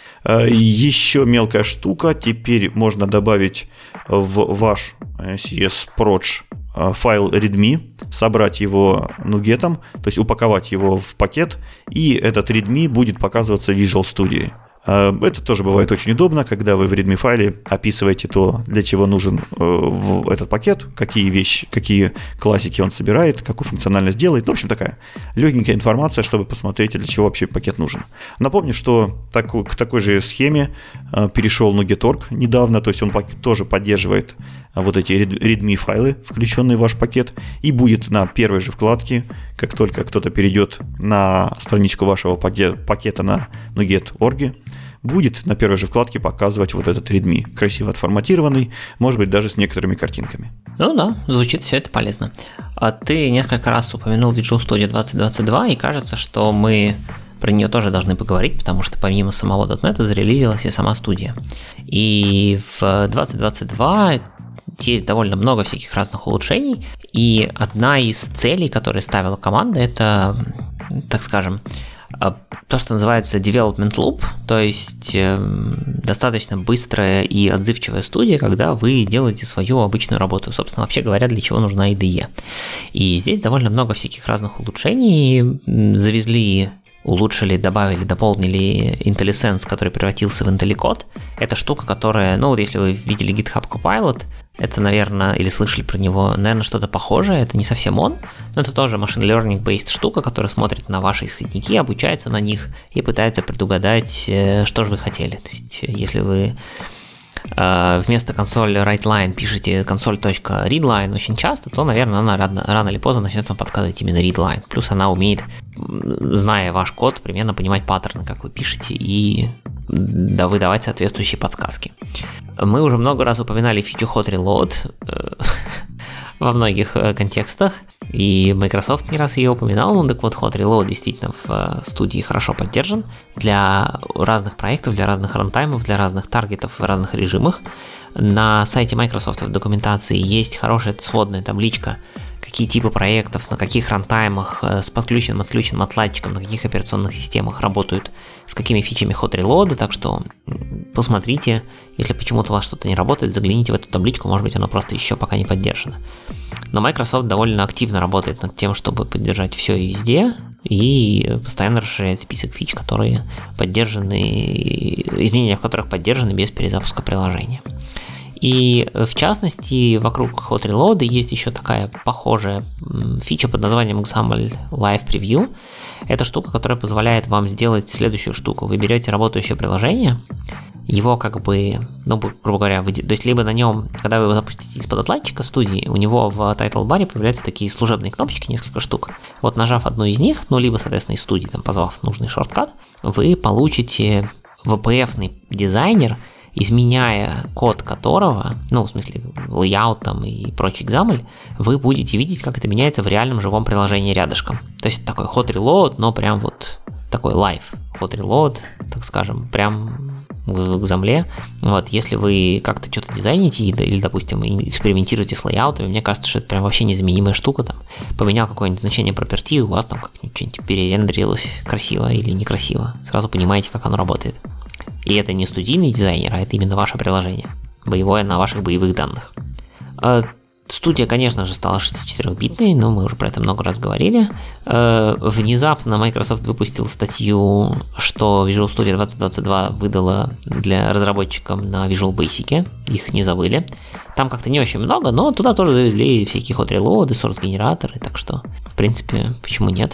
Еще мелкая штука, теперь можно добавить в ваш CS-Proj файл readme, собрать его NuGet'ом, то есть упаковать его в пакет, и этот readme будет показываться в Visual Studio. Это тоже бывает очень удобно, когда вы в readme файле описываете то, для чего нужен этот пакет, какие классики он собирает, какую функциональность делает. Ну, в общем, такая легенькая информация, чтобы посмотреть, для чего вообще пакет нужен. Напомню, что к такой же схеме перешел NuGet.org недавно, то есть он тоже поддерживает вот эти readme файлы, включенные в ваш пакет, и будет на первой же вкладке, как только кто-то перейдет на страничку вашего пакета на NuGet.org, будет на первой же вкладке показывать вот этот readme, красиво отформатированный, может быть, даже с некоторыми картинками. Ну да, звучит все это полезно. А ты несколько раз упомянул Visual Studio 2022, и кажется, что мы про нее тоже должны поговорить, потому что помимо самого .NET зарелизилась и сама студия. И в 2022 есть довольно много всяких разных улучшений, и одна из целей, которые ставила команда, это, так скажем, то, что называется development loop, то есть достаточно быстрая и отзывчивая студия, когда вы делаете свою обычную работу, собственно, вообще говоря, для чего нужна IDE. И здесь довольно много всяких разных улучшений, завезли, улучшили, добавили, дополнили IntelliSense, который превратился в IntelliCode. Это штука, которая, ну вот если вы видели GitHub Copilot, это, наверное, или слышали про него, наверное, что-то похожее, это не совсем он, но это тоже machine learning-based штука, которая смотрит на ваши исходники, обучается на них и пытается предугадать, что же вы хотели. То есть, если вы вместо консоль writeLine пишете console.readline очень часто, то, наверное, она рано или поздно начнет вам подсказывать именно readline. Плюс она умеет, зная ваш код, примерно понимать паттерны, как вы пишете, и выдавать соответствующие подсказки. Мы уже много раз упоминали фичу Hot Reload. во многих контекстах, и Microsoft не раз ее упоминал. Ну так вот, Hot Reload действительно в студии хорошо поддержан для разных проектов, для разных рантаймов, для разных таргетов в разных режимах. На сайте Microsoft в документации есть хорошая сводная табличка, какие типы проектов, на каких рантаймах с подключенным, отключенным отладчиком, на каких операционных системах работают, с какими фичами Hot Reload, так что посмотрите, если почему-то у вас что-то не работает, загляните в эту табличку, может быть, оно просто еще пока не поддержано. Но Microsoft довольно активно работает над тем, чтобы поддержать все и везде, и постоянно расширяет список фич, которые поддержаны, изменения в которых поддержаны без перезапуска приложения. И в частности, вокруг Hot Reload есть еще такая похожая фича под названием XAML Live Preview. Это штука, которая позволяет вам сделать следующую штуку. Вы берете работающее приложение, его как бы, ну, грубо говоря, то есть либо на нем, когда вы его запустите из-под отладчика в студии, у него в title-баре появляются такие служебные кнопочки, несколько штук. Вот нажав одну из них, ну, либо, соответственно, из студии, там, позвав нужный шорткат, вы получите VPF-ный дизайнер, изменяя код которого, ну, в смысле, layout там и прочий XAML, вы будете видеть, как это меняется в реальном живом приложении рядышком. То есть такой Hot Reload, но прям вот такой live Hot Reload, так скажем, прям в XAML. Вот, если вы как-то что-то дизайните или, допустим, экспериментируете с лейаутами, мне кажется, что это прям вообще незаменимая штука. Там, поменял какое-нибудь значение property, у вас там как-нибудь что-нибудь перерендерилось красиво или некрасиво. Сразу понимаете, как оно работает. И это не студийный дизайнер, а это именно ваше приложение, боевое на ваших боевых данных. Студия, конечно же, стала 64-битной, но мы уже про это много раз говорили. Внезапно Microsoft выпустил статью, что Visual Studio 2022 выдала для разработчиков на Visual Basic, их не забыли. Там как-то не очень много, но туда тоже завезли всякие Hot Reload, source-генераторы, так что, в принципе, почему нет.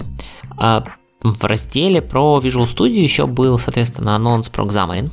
В разделе про Visual Studio еще был, соответственно, анонс про Xamarin.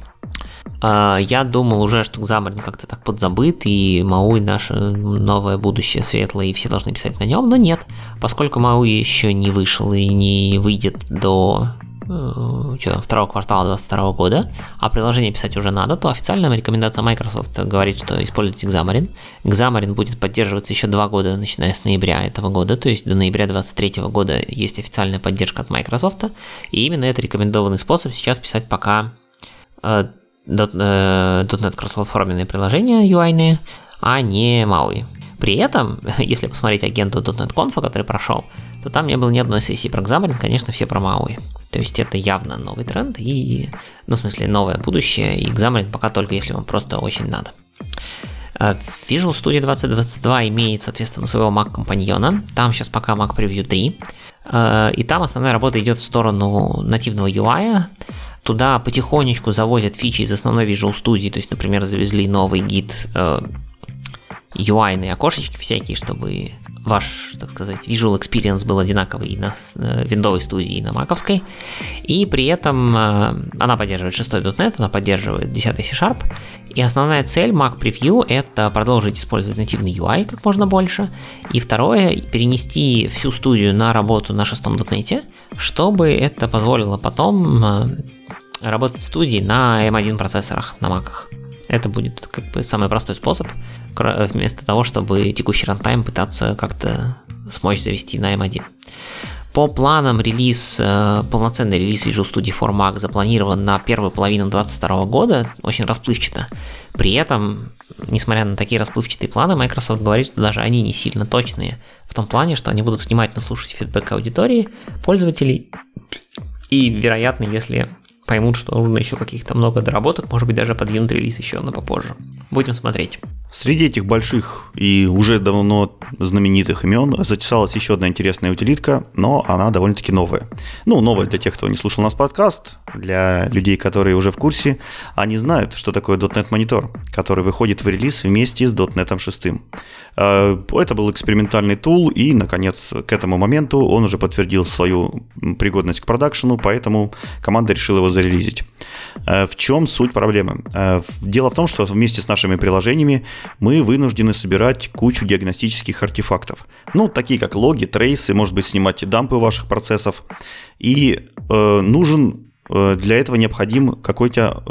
Я думал уже, что Xamarin как-то так подзабыт, и MAUI наше новое будущее светлое, и все должны писать на нем, но нет. Поскольку MAUI еще не вышел и не выйдет до второго квартала 2022 года, а приложение писать уже надо, то официальная рекомендация Microsoft говорит, что используйте Xamarin. Xamarin будет поддерживаться еще 2 года, начиная с ноября этого года, то есть до ноября 2023 года есть официальная поддержка от Microsoft, и именно это рекомендованный способ сейчас писать пока .NET кроссплатформенные приложения UI-ные, а не MAUI. При этом, если посмотреть агенту .NET Conf, который прошел, то там не было ни одной сессии про Xamarin, конечно, все про MAUI. То есть это явно новый тренд и, ну, в смысле, новое будущее, и Xamarin пока только если вам просто очень надо. Visual Studio 2022 имеет, соответственно, своего Mac-компаньона, там сейчас пока Mac Preview 3, и там основная работа идет в сторону нативного UI. Туда потихонечку завозят фичи из основной Visual Studio, то есть, например, завезли новый гид UI-ные окошечки всякие, чтобы ваш, так сказать, Visual Experience был одинаковый и на Windows студии, и на Mac'овской. И при этом она поддерживает 6.NET, она поддерживает 10 C#. И основная цель Mac Preview — это продолжить использовать нативный UI как можно больше. И второе — перенести всю студию на работу на 6.NET, чтобы это позволило потом работать в студии на M1 процессорах на Mac'ах. Это будет как бы самый простой способ, вместо того, чтобы текущий рантайм пытаться как-то смочь завести на M1. По планам полноценный релиз Visual Studio for Mac запланирован на первую половину 2022 года, очень расплывчато. При этом, несмотря на такие расплывчатые планы, Microsoft говорит, что даже они не сильно точные, в том плане, что они будут внимательно слушать фидбэк аудитории, пользователей, и, вероятно, если поймут, что нужно еще каких-то много доработок, может быть, даже подвинут релиз еще на попозже. Будем смотреть. Среди этих больших и уже давно знаменитых имен затесалась еще одна интересная утилитка, но она довольно-таки новая. Ну, новая для тех, кто не слушал наш подкаст, для людей, которые уже в курсе, они знают, что такое .NET Monitor, который выходит в релиз вместе с .NET 6. Это был экспериментальный тул, и, наконец, к этому моменту он уже подтвердил свою пригодность к продакшену, поэтому команда решила его зарелизить. В чем суть проблемы? Дело в том, что вместе с нашими приложениями мы вынуждены собирать кучу диагностических артефактов. Ну, такие как логи, трейсы, может быть, снимать дампы ваших процессов. И для этого необходим какой-то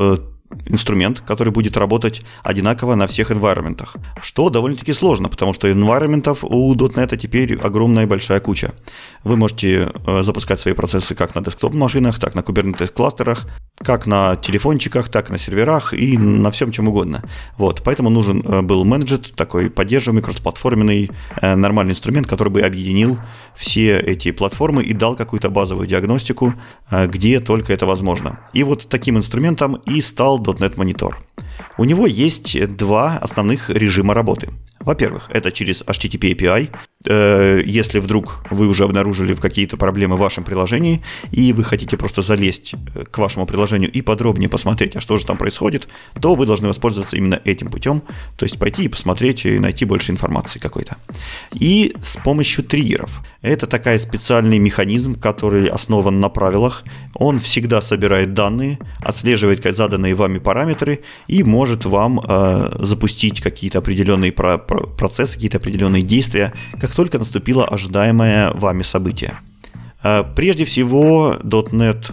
инструмент, который будет работать одинаково на всех environment'ах, что довольно-таки сложно, потому что environment'ов у .NET теперь огромная и большая куча. Вы можете запускать свои процессы как на десктоп-машинах, так на Kubernetes-кластерах, как на телефончиках, так и на серверах и на всем чем угодно. Вот, поэтому нужен был Managed, такой поддерживаемый, кроссплатформенный, нормальный инструмент, который бы объединил все эти платформы и дал какую-то базовую диагностику, где только это возможно. И вот таким инструментом и стал .NET Monitor. У него есть два основных режима работы. Во-первых, это через HTTP API. Если вдруг вы уже обнаружили какие-то проблемы в вашем приложении, и вы хотите просто залезть к вашему приложению и подробнее посмотреть, а что же там происходит, то вы должны воспользоваться именно этим путем, то есть пойти и посмотреть, и найти больше информации какой-то. И с помощью триггеров. Это такой специальный механизм, который основан на правилах. Он всегда собирает данные, отслеживает заданные вами параметры и может вам запустить какие-то определенные процессы, какие-то определенные действия, как только наступило ожидаемое вами событие. Прежде всего, .NET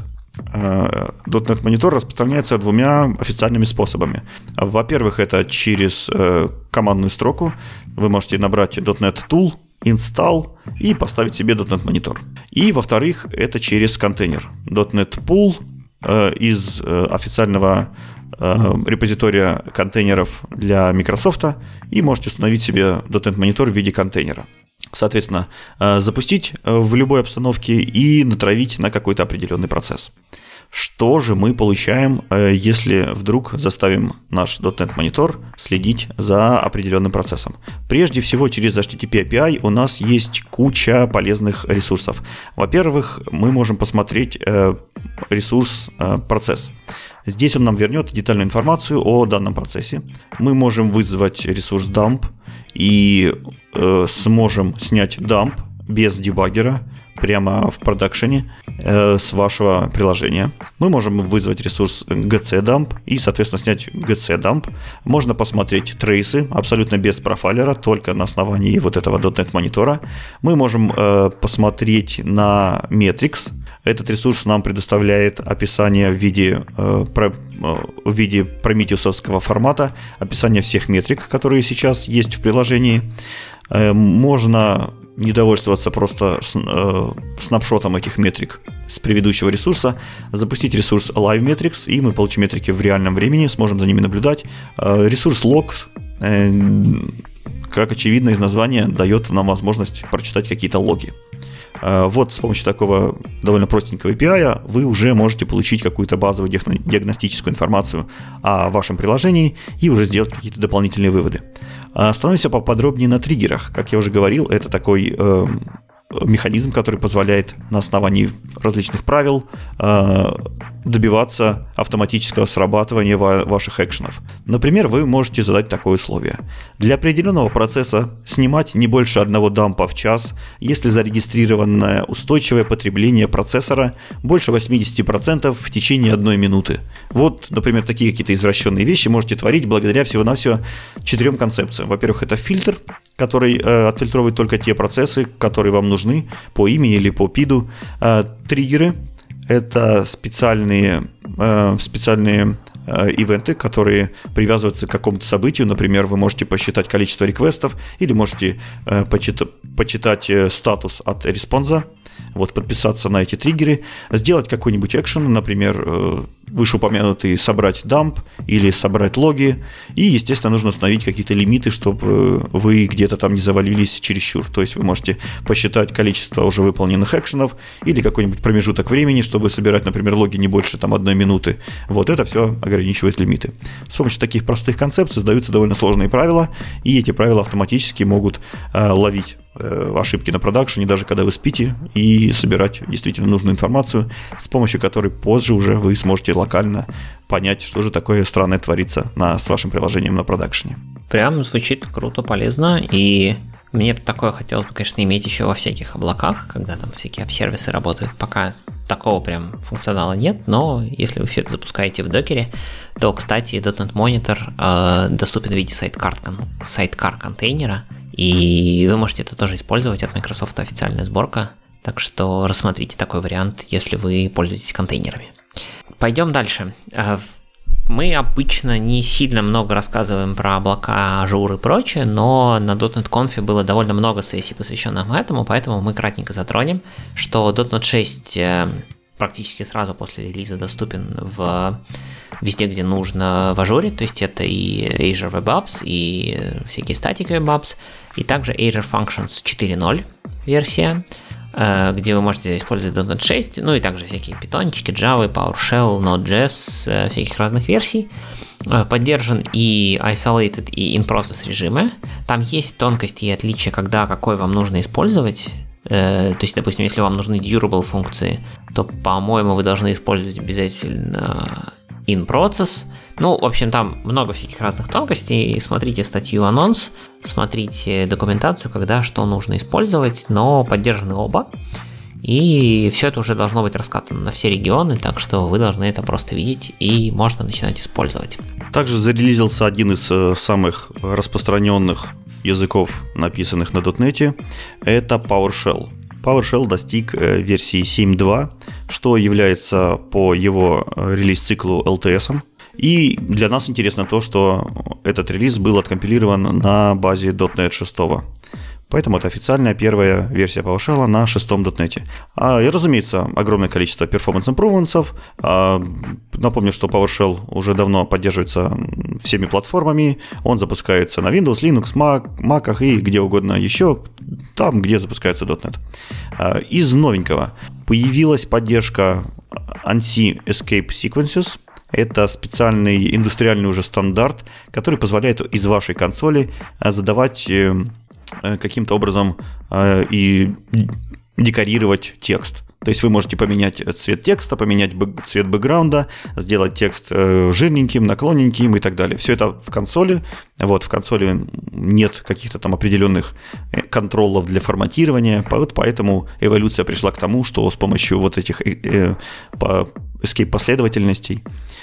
Monitor распространяется двумя официальными способами. Во-первых, это через командную строку. Вы можете набрать .NET Tool, install и поставить себе .NET Monitor. И, во-вторых, это через контейнер. .NET Pool из официального репозитория контейнеров для Microsoft, и можете установить себе .NET Monitor в виде контейнера. Соответственно, запустить в любой обстановке и натравить на какой-то определенный процесс. Что же мы получаем, если вдруг заставим наш .NET Monitor следить за определенным процессом? Прежде всего, через HTTP API у нас есть куча полезных ресурсов. Во-первых, мы можем посмотреть ресурс процесс. Здесь он нам вернет детальную информацию о данном процессе. Мы можем вызвать ресурс dump и сможем снять dump без дебаггера прямо в продакшене с вашего приложения. Мы можем вызвать ресурс gcdump и, соответственно, снять gcdump. Можно посмотреть трейсы абсолютно без профайлера, только на основании вот этого .NET монитора. Мы можем посмотреть на metrics. Этот ресурс нам предоставляет описание в виде прометеусовского формата, описание всех метрик, которые сейчас есть в приложении. Можно не довольствоваться просто снапшотом этих метрик с предыдущего ресурса, запустить ресурс Live Metrics, и мы получим метрики в реальном времени, сможем за ними наблюдать. Ресурс Logs, как очевидно из названия, дает нам возможность прочитать какие-то логи. Вот с помощью такого довольно простенького API вы уже можете получить какую-то базовую диагностическую информацию о вашем приложении и уже сделать какие-то дополнительные выводы. Остановимся поподробнее на триггерах. Как я уже говорил, это такой механизм, который позволяет на основании различных правил добиваться автоматического срабатывания ваших экшенов. Например, вы можете задать такое условие. Для определенного процесса снимать не больше одного дампа в час, если зарегистрированное устойчивое потребление процессора больше 80% в течение 1 минуты. Вот, например, такие какие-то извращенные вещи можете творить благодаря всего-навсего 4 концепциям. Во-первых, это фильтр, который отфильтровывает только те процессы, которые вам нужны по имени или по пиду. Триггеры — это специальные ивенты, которые привязываются к какому-то событию. Например, вы можете посчитать количество реквестов или можете почитать статус от респонса, вот, подписаться на эти триггеры, сделать какой-нибудь экшен, например, вышеупомянутый собрать дамп или собрать логи, и, естественно, нужно установить какие-то лимиты, чтобы вы где-то там не завалились чересчур. То есть вы можете посчитать количество уже выполненных экшенов или какой-нибудь промежуток времени, чтобы собирать, например, логи не больше 1 минуты. Вот это все ограничивает лимиты. С помощью таких простых концепций создаются довольно сложные правила, и эти правила автоматически могут ловить ошибки на продакшене, даже когда вы спите, и собирать действительно нужную информацию, с помощью которой позже уже вы сможете локально понять, что же такое странное творится с вашим приложением на продакшене. Прям звучит круто, полезно, и мне такое хотелось бы, конечно, иметь еще во всяких облаках, когда там всякие апсервисы работают. Пока такого прям функционала нет, но если вы все это запускаете в докере, то, кстати, .NET Monitor доступен в виде сайдкар контейнера, и вы можете это тоже использовать. От Microsoft официальная сборка, так что рассмотрите такой вариант, если вы пользуетесь контейнерами. Пойдем дальше. Мы обычно не сильно много рассказываем про облака, Azure и прочее, но на .NET Conf было довольно много сессий, посвященных этому, поэтому мы кратенько затронем, что .NET 6 практически сразу после релиза доступен везде, где нужно в Azure, то есть это и Azure Web Apps, и всякие Static Web Apps, и также Azure Functions 4.0 версия, где вы можете использовать .NET 6, ну и также всякие питончики, Java, PowerShell, Node.js, всяких разных версий. Поддержан и Isolated, и In-Process режимы. Там есть тонкости и отличия, когда какой вам нужно использовать. То есть, допустим, если вам нужны durable функции, то, по-моему, вы должны использовать обязательно In-Process. Ну, в общем, там много всяких разных тонкостей. Смотрите статью анонс, смотрите документацию, когда что нужно использовать, но поддержаны оба. И все это уже должно быть раскатано на все регионы, так что вы должны это просто видеть и можно начинать использовать. Также зарелизился один из самых распространенных языков, написанных на .NET, это PowerShell. PowerShell достиг версии 7.2, что является по его релиз-циклу LTS. И для нас интересно то, что этот релиз был откомпилирован на базе .NET 6. Поэтому это официальная первая версия PowerShell на 6-м .NET. И, разумеется, огромное количество перформанс-импрувментсов. Напомню, что PowerShell уже давно поддерживается всеми платформами. Он запускается на Windows, Linux, Mac и где угодно еще, там, где запускается .NET. Из новенького появилась поддержка ANSI Escape Sequences. Это специальный индустриальный уже стандарт, который позволяет из вашей консоли задавать каким-то образом и декорировать текст. То есть вы можете поменять цвет текста, поменять цвет бэкграунда, сделать текст жирненьким, наклонненьким и так далее. Все это в консоли. Вот, в консоли нет каких-то там определенных контролов для форматирования, поэтому эволюция пришла к тому, что с помощью вот этих escape последовательностей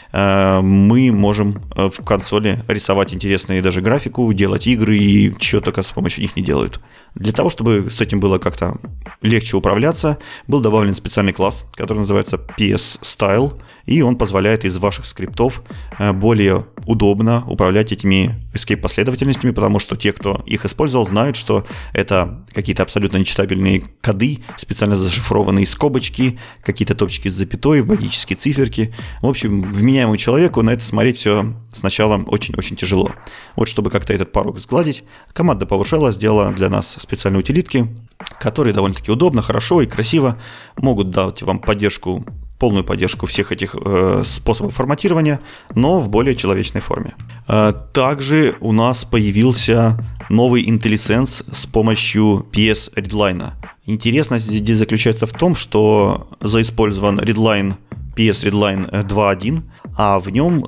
мы можем в консоли рисовать интересные даже графику, делать игры и чего только с помощью них не делают. Для того, чтобы с этим было как-то легче управляться, был добавлен специальный класс, который называется PS Style, и он позволяет из ваших скриптов более удобно управлять этими escape последовательностями, потому что те, кто их использовал, знают, что это какие-то абсолютно нечитабельные коды, специально зашифрованные скобочки, какие-то точки с запятой, магические циферки. В общем, вменяемому человеку на это смотреть все сначала очень-очень тяжело. Вот чтобы как-то этот порог сгладить, команда PowerShell сделала для нас специальные утилитки, которые довольно-таки удобно, хорошо и красиво могут дать вам поддержку, полную поддержку всех этих способов форматирования, но в более человечной форме. Также у нас появился новый IntelliSense с помощью PS Redline. Интересность здесь заключается в том, что заиспользован Redline, PS Redline 2.1, а в нем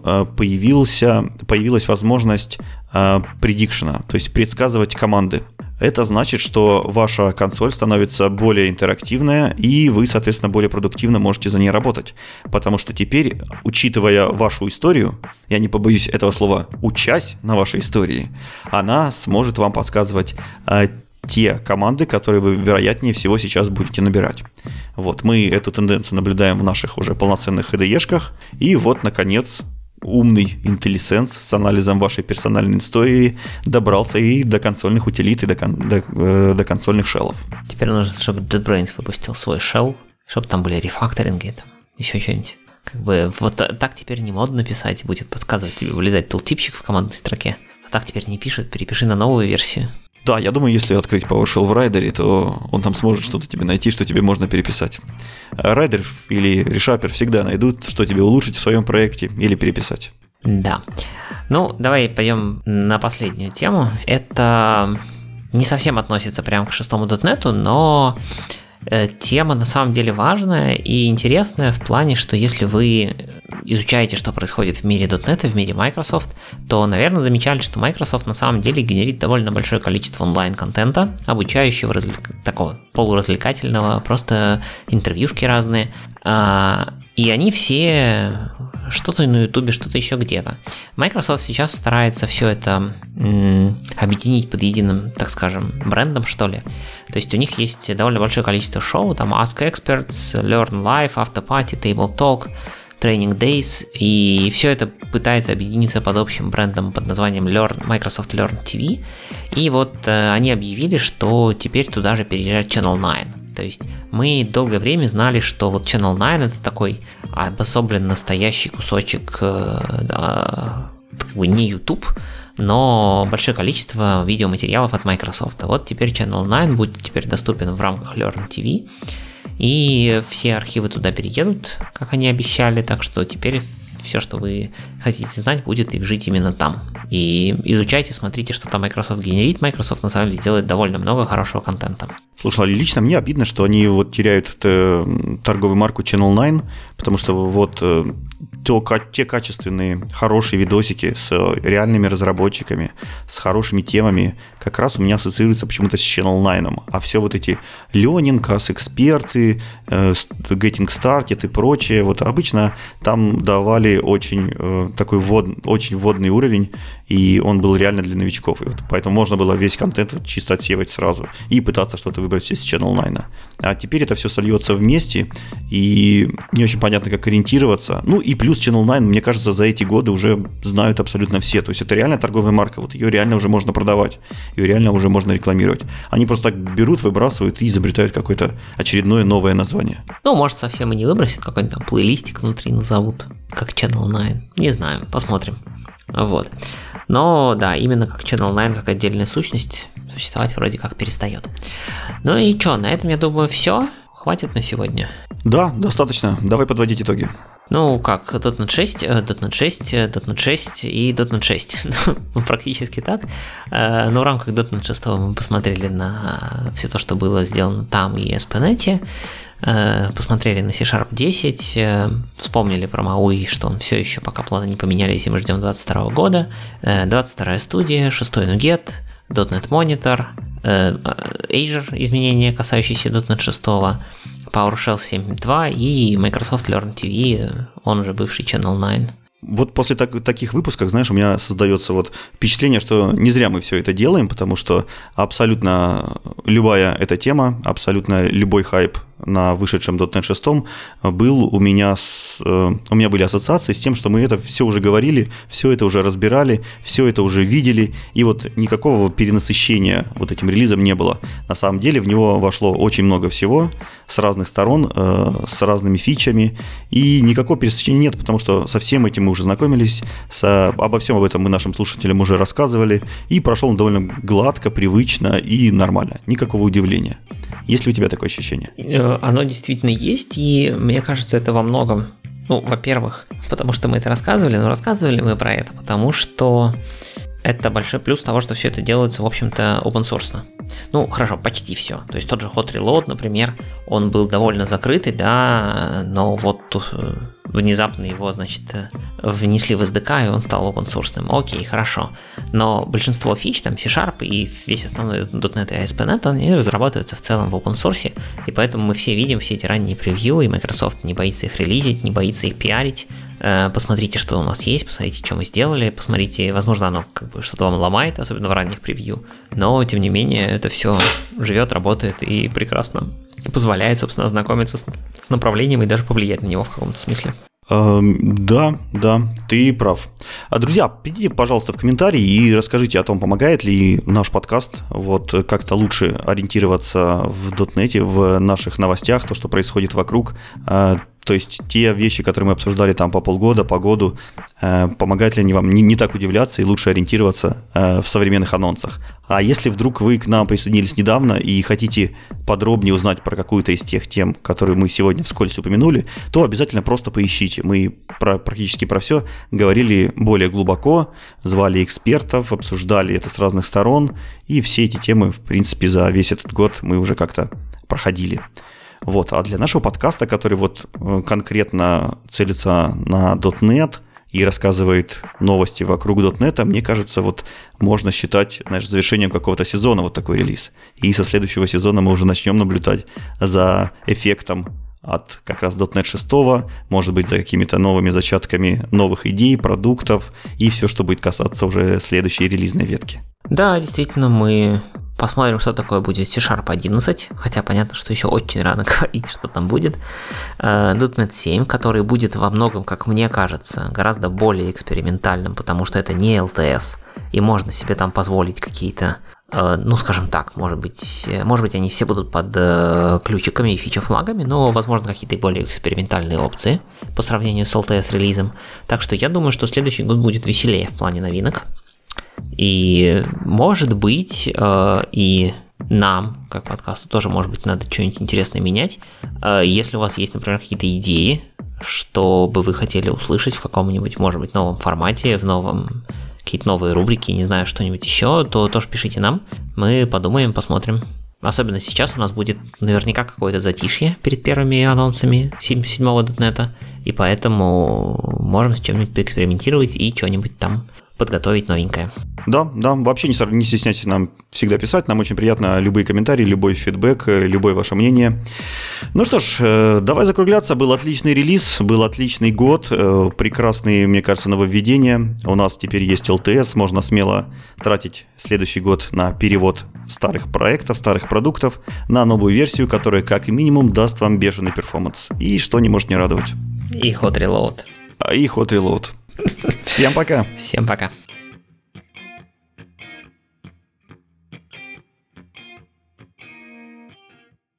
появилась возможность предикшена, то есть предсказывать команды. Это значит, что ваша консоль становится более интерактивная, и вы, соответственно, более продуктивно можете за ней работать. Потому что теперь, учитывая вашу историю, я не побоюсь этого слова, учась на вашей истории, она сможет вам подсказывать те команды, которые вы, вероятнее всего, сейчас будете набирать. Вот, мы эту тенденцию наблюдаем в наших уже полноценных IDE-шках, и вот, наконец, умный IntelliSense с анализом вашей персональной истории добрался и до консольных утилит, и до консольных шеллов. Теперь нужно, чтобы JetBrains выпустил свой шелл, чтобы там были рефакторинги, там, еще что-нибудь. Как бы вот так теперь не модно писать, будет подсказывать тебе, вылезать тултипчик в командной строке. А так теперь не пишет, перепиши на новую версию. Да, я думаю, если открыть PowerShell в райдере, то он там сможет что-то тебе найти, что тебе можно переписать. Райдер или ReSharper всегда найдут, что тебе улучшить в своем проекте или переписать. Да. Ну, давай пойдем на последнюю тему. Это не совсем относится прямо к 6-му .NET, но тема на самом деле важная и интересная в плане, что если вы изучаете, что происходит в мире .NET и в мире Microsoft, то, наверное, замечали, что Microsoft на самом деле генерит довольно большое количество онлайн-контента, обучающего, такого полуразвлекательного, просто интервьюшки разные. И они все что-то на Ютубе, что-то еще где-то. Microsoft сейчас старается все это объединить под единым, так скажем, брендом, что ли. То есть у них есть довольно большое количество шоу, там Ask Experts, Learn Live, After Party, Table Talk, Training Days, и все это пытается объединиться под общим брендом под названием Microsoft Learn TV, и вот они объявили, что теперь туда же переезжает Channel 9. То есть мы долгое время знали, что вот Channel 9 это такой обособленно настоящий кусочек, как бы не YouTube, но большое количество видеоматериалов от Microsoft. Вот теперь Channel 9 будет теперь доступен в рамках Learn TV, и все архивы туда переедут, как они обещали, так что теперь все, что вы хотите знать, будет и жить именно там. И изучайте, смотрите, что там Microsoft генерит. Microsoft на самом деле делает довольно много хорошего контента. Слушай, лично мне обидно, что они вот теряют торговую марку Channel 9, потому что вот те качественные, хорошие видосики с реальными разработчиками, с хорошими темами, как раз у меня ассоциируются почему-то с Channel 9. А все вот эти Learning, эксперты, Getting Started и прочее, вот обычно там давали очень такой очень вводный уровень, и он был реально для новичков. И вот поэтому можно было весь контент вот чисто отсеивать сразу и пытаться что-то выбрать из Channel 9. А теперь это все сольется вместе, и не очень понятно, как ориентироваться. Ну и плюс Channel 9, мне кажется, за эти годы уже знают абсолютно все. То есть это реально торговая марка, вот ее реально уже можно продавать, ее реально уже можно рекламировать. Они просто так берут, выбрасывают и изобретают какое-то очередное новое название. Ну, может, совсем и не выбросят, какой-нибудь там плейлистик внутри назовут, как Channel 9. Не знаю, посмотрим. Вот. Но да, именно как Channel 9, как отдельная сущность, существовать вроде как перестает. Ну и что, на этом, я думаю, все. Хватит на сегодня. Да, достаточно. Давай подводить итоги. Ну, как .NET 6, .NET 6, .NET 6 и .NET 6. Практически так. Но в рамках .NET 6 мы посмотрели на все то, что было сделано там и ASP.NET. Посмотрели на C# 10, вспомнили про MAUI, что он все еще пока планы не поменялись, и мы ждем 22 года. 22 студия, 6 NuGet, .NET Monitor, Azure изменения, касающиеся .NET 6, PowerShell 7.2 и Microsoft Learn TV, он же бывший Channel 9. Вот после таких выпусков, знаешь, у меня создается вот впечатление, что не зря мы все это делаем, потому что абсолютно любая эта тема, абсолютно любой хайп на вышедшем .NET 6 был у меня были ассоциации с тем, что мы это все уже говорили, все это уже разбирали, все это уже видели, и вот никакого перенасыщения вот этим релизом не было. На самом деле в него вошло очень много всего с разных сторон, с разными фичами, и никакого перенасыщения нет, потому что со всем этим мы уже знакомились, обо всем об этом мы нашим слушателям уже рассказывали, и прошел он довольно гладко, привычно и нормально, никакого удивления. Есть ли у тебя такое ощущение? Оно действительно есть, и мне кажется, это во многом, ну, во-первых, потому что мы это рассказывали, но рассказывали мы про это, потому что это большой плюс того, что все это делается, в общем-то, open-source. Ну, хорошо, почти все. То есть тот же Hot Reload, например, он был довольно закрытый, да, но вот внезапно его, значит, внесли в SDK, и он стал open-source. Окей, хорошо. Но большинство фич, там, C# и весь основной .NET и ASP.NET, они разрабатываются в целом в open-source, и поэтому мы все видим все эти ранние превью, и Microsoft не боится их релизить, не боится их пиарить. Посмотрите, что у нас есть, посмотрите, что мы сделали, посмотрите, возможно, оно как бы что-то вам ломает, особенно в ранних превью, но, тем не менее, это все живет, работает и прекрасно. И позволяет, собственно, ознакомиться с направлением и даже повлиять на него в каком-то смысле. Да, ты прав. Друзья, пишите, пожалуйста, в комментарии и расскажите о том, помогает ли наш подкаст вот как-то лучше ориентироваться в .NET, в наших новостях, то, что происходит вокруг. То есть те вещи, которые мы обсуждали там по полгода, по году, помогают ли они вам не так удивляться и лучше ориентироваться в современных анонсах. А если вдруг вы к нам присоединились недавно и хотите подробнее узнать про какую-то из тех тем, которые мы сегодня вскользь упомянули, то обязательно просто поищите. Мы практически про все говорили более глубоко, звали экспертов, обсуждали это с разных сторон, и все эти темы, в принципе, за весь этот год мы уже как-то проходили. Вот. А для нашего подкаста, который вот конкретно целится на .NET и рассказывает новости вокруг .NET, мне кажется, вот можно считать, знаешь, завершением какого-то сезона вот такой релиз. И со следующего сезона мы уже начнем наблюдать за эффектом от как раз .NET 6, может быть, за какими-то новыми зачатками новых идей, продуктов и все, что будет касаться уже следующей релизной ветки. Да, действительно, мы Посмотрим, что такое будет C# 11, хотя понятно, что еще очень рано говорить, что там будет. .NET 7, который будет во многом, как мне кажется, гораздо более экспериментальным, потому что это не LTS, и можно себе там позволить какие-то, ну, скажем так, может быть, они все будут под ключиками и фича-флагами, но, возможно, какие-то более экспериментальные опции по сравнению с LTS-релизом. Так что я думаю, что следующий год будет веселее в плане новинок. И, может быть, и нам, как подкасту, тоже, может быть, надо что-нибудь интересное менять. Если у вас есть, например, какие-то идеи, что бы вы хотели услышать в каком-нибудь, может быть, новом формате, какие-то новые рубрики, не знаю, что-нибудь еще, то тоже пишите нам. Мы подумаем, посмотрим. Особенно сейчас у нас будет наверняка какое-то затишье перед первыми анонсами 7-го .NET, и поэтому можем с чем-нибудь поэкспериментировать и что-нибудь там подготовить новенькое. Да, вообще не стесняйтесь нам всегда писать, нам очень приятно любые комментарии, любой фидбэк, любое ваше мнение. Ну что ж, давай закругляться, был отличный релиз, был отличный год, прекрасные, мне кажется, нововведения, у нас теперь есть LTS, можно смело тратить следующий год на перевод старых проектов, старых продуктов на новую версию, которая как минимум даст вам бешеный перформанс, и что не может не радовать. И Hot Reload. Всем пока. Всем пока.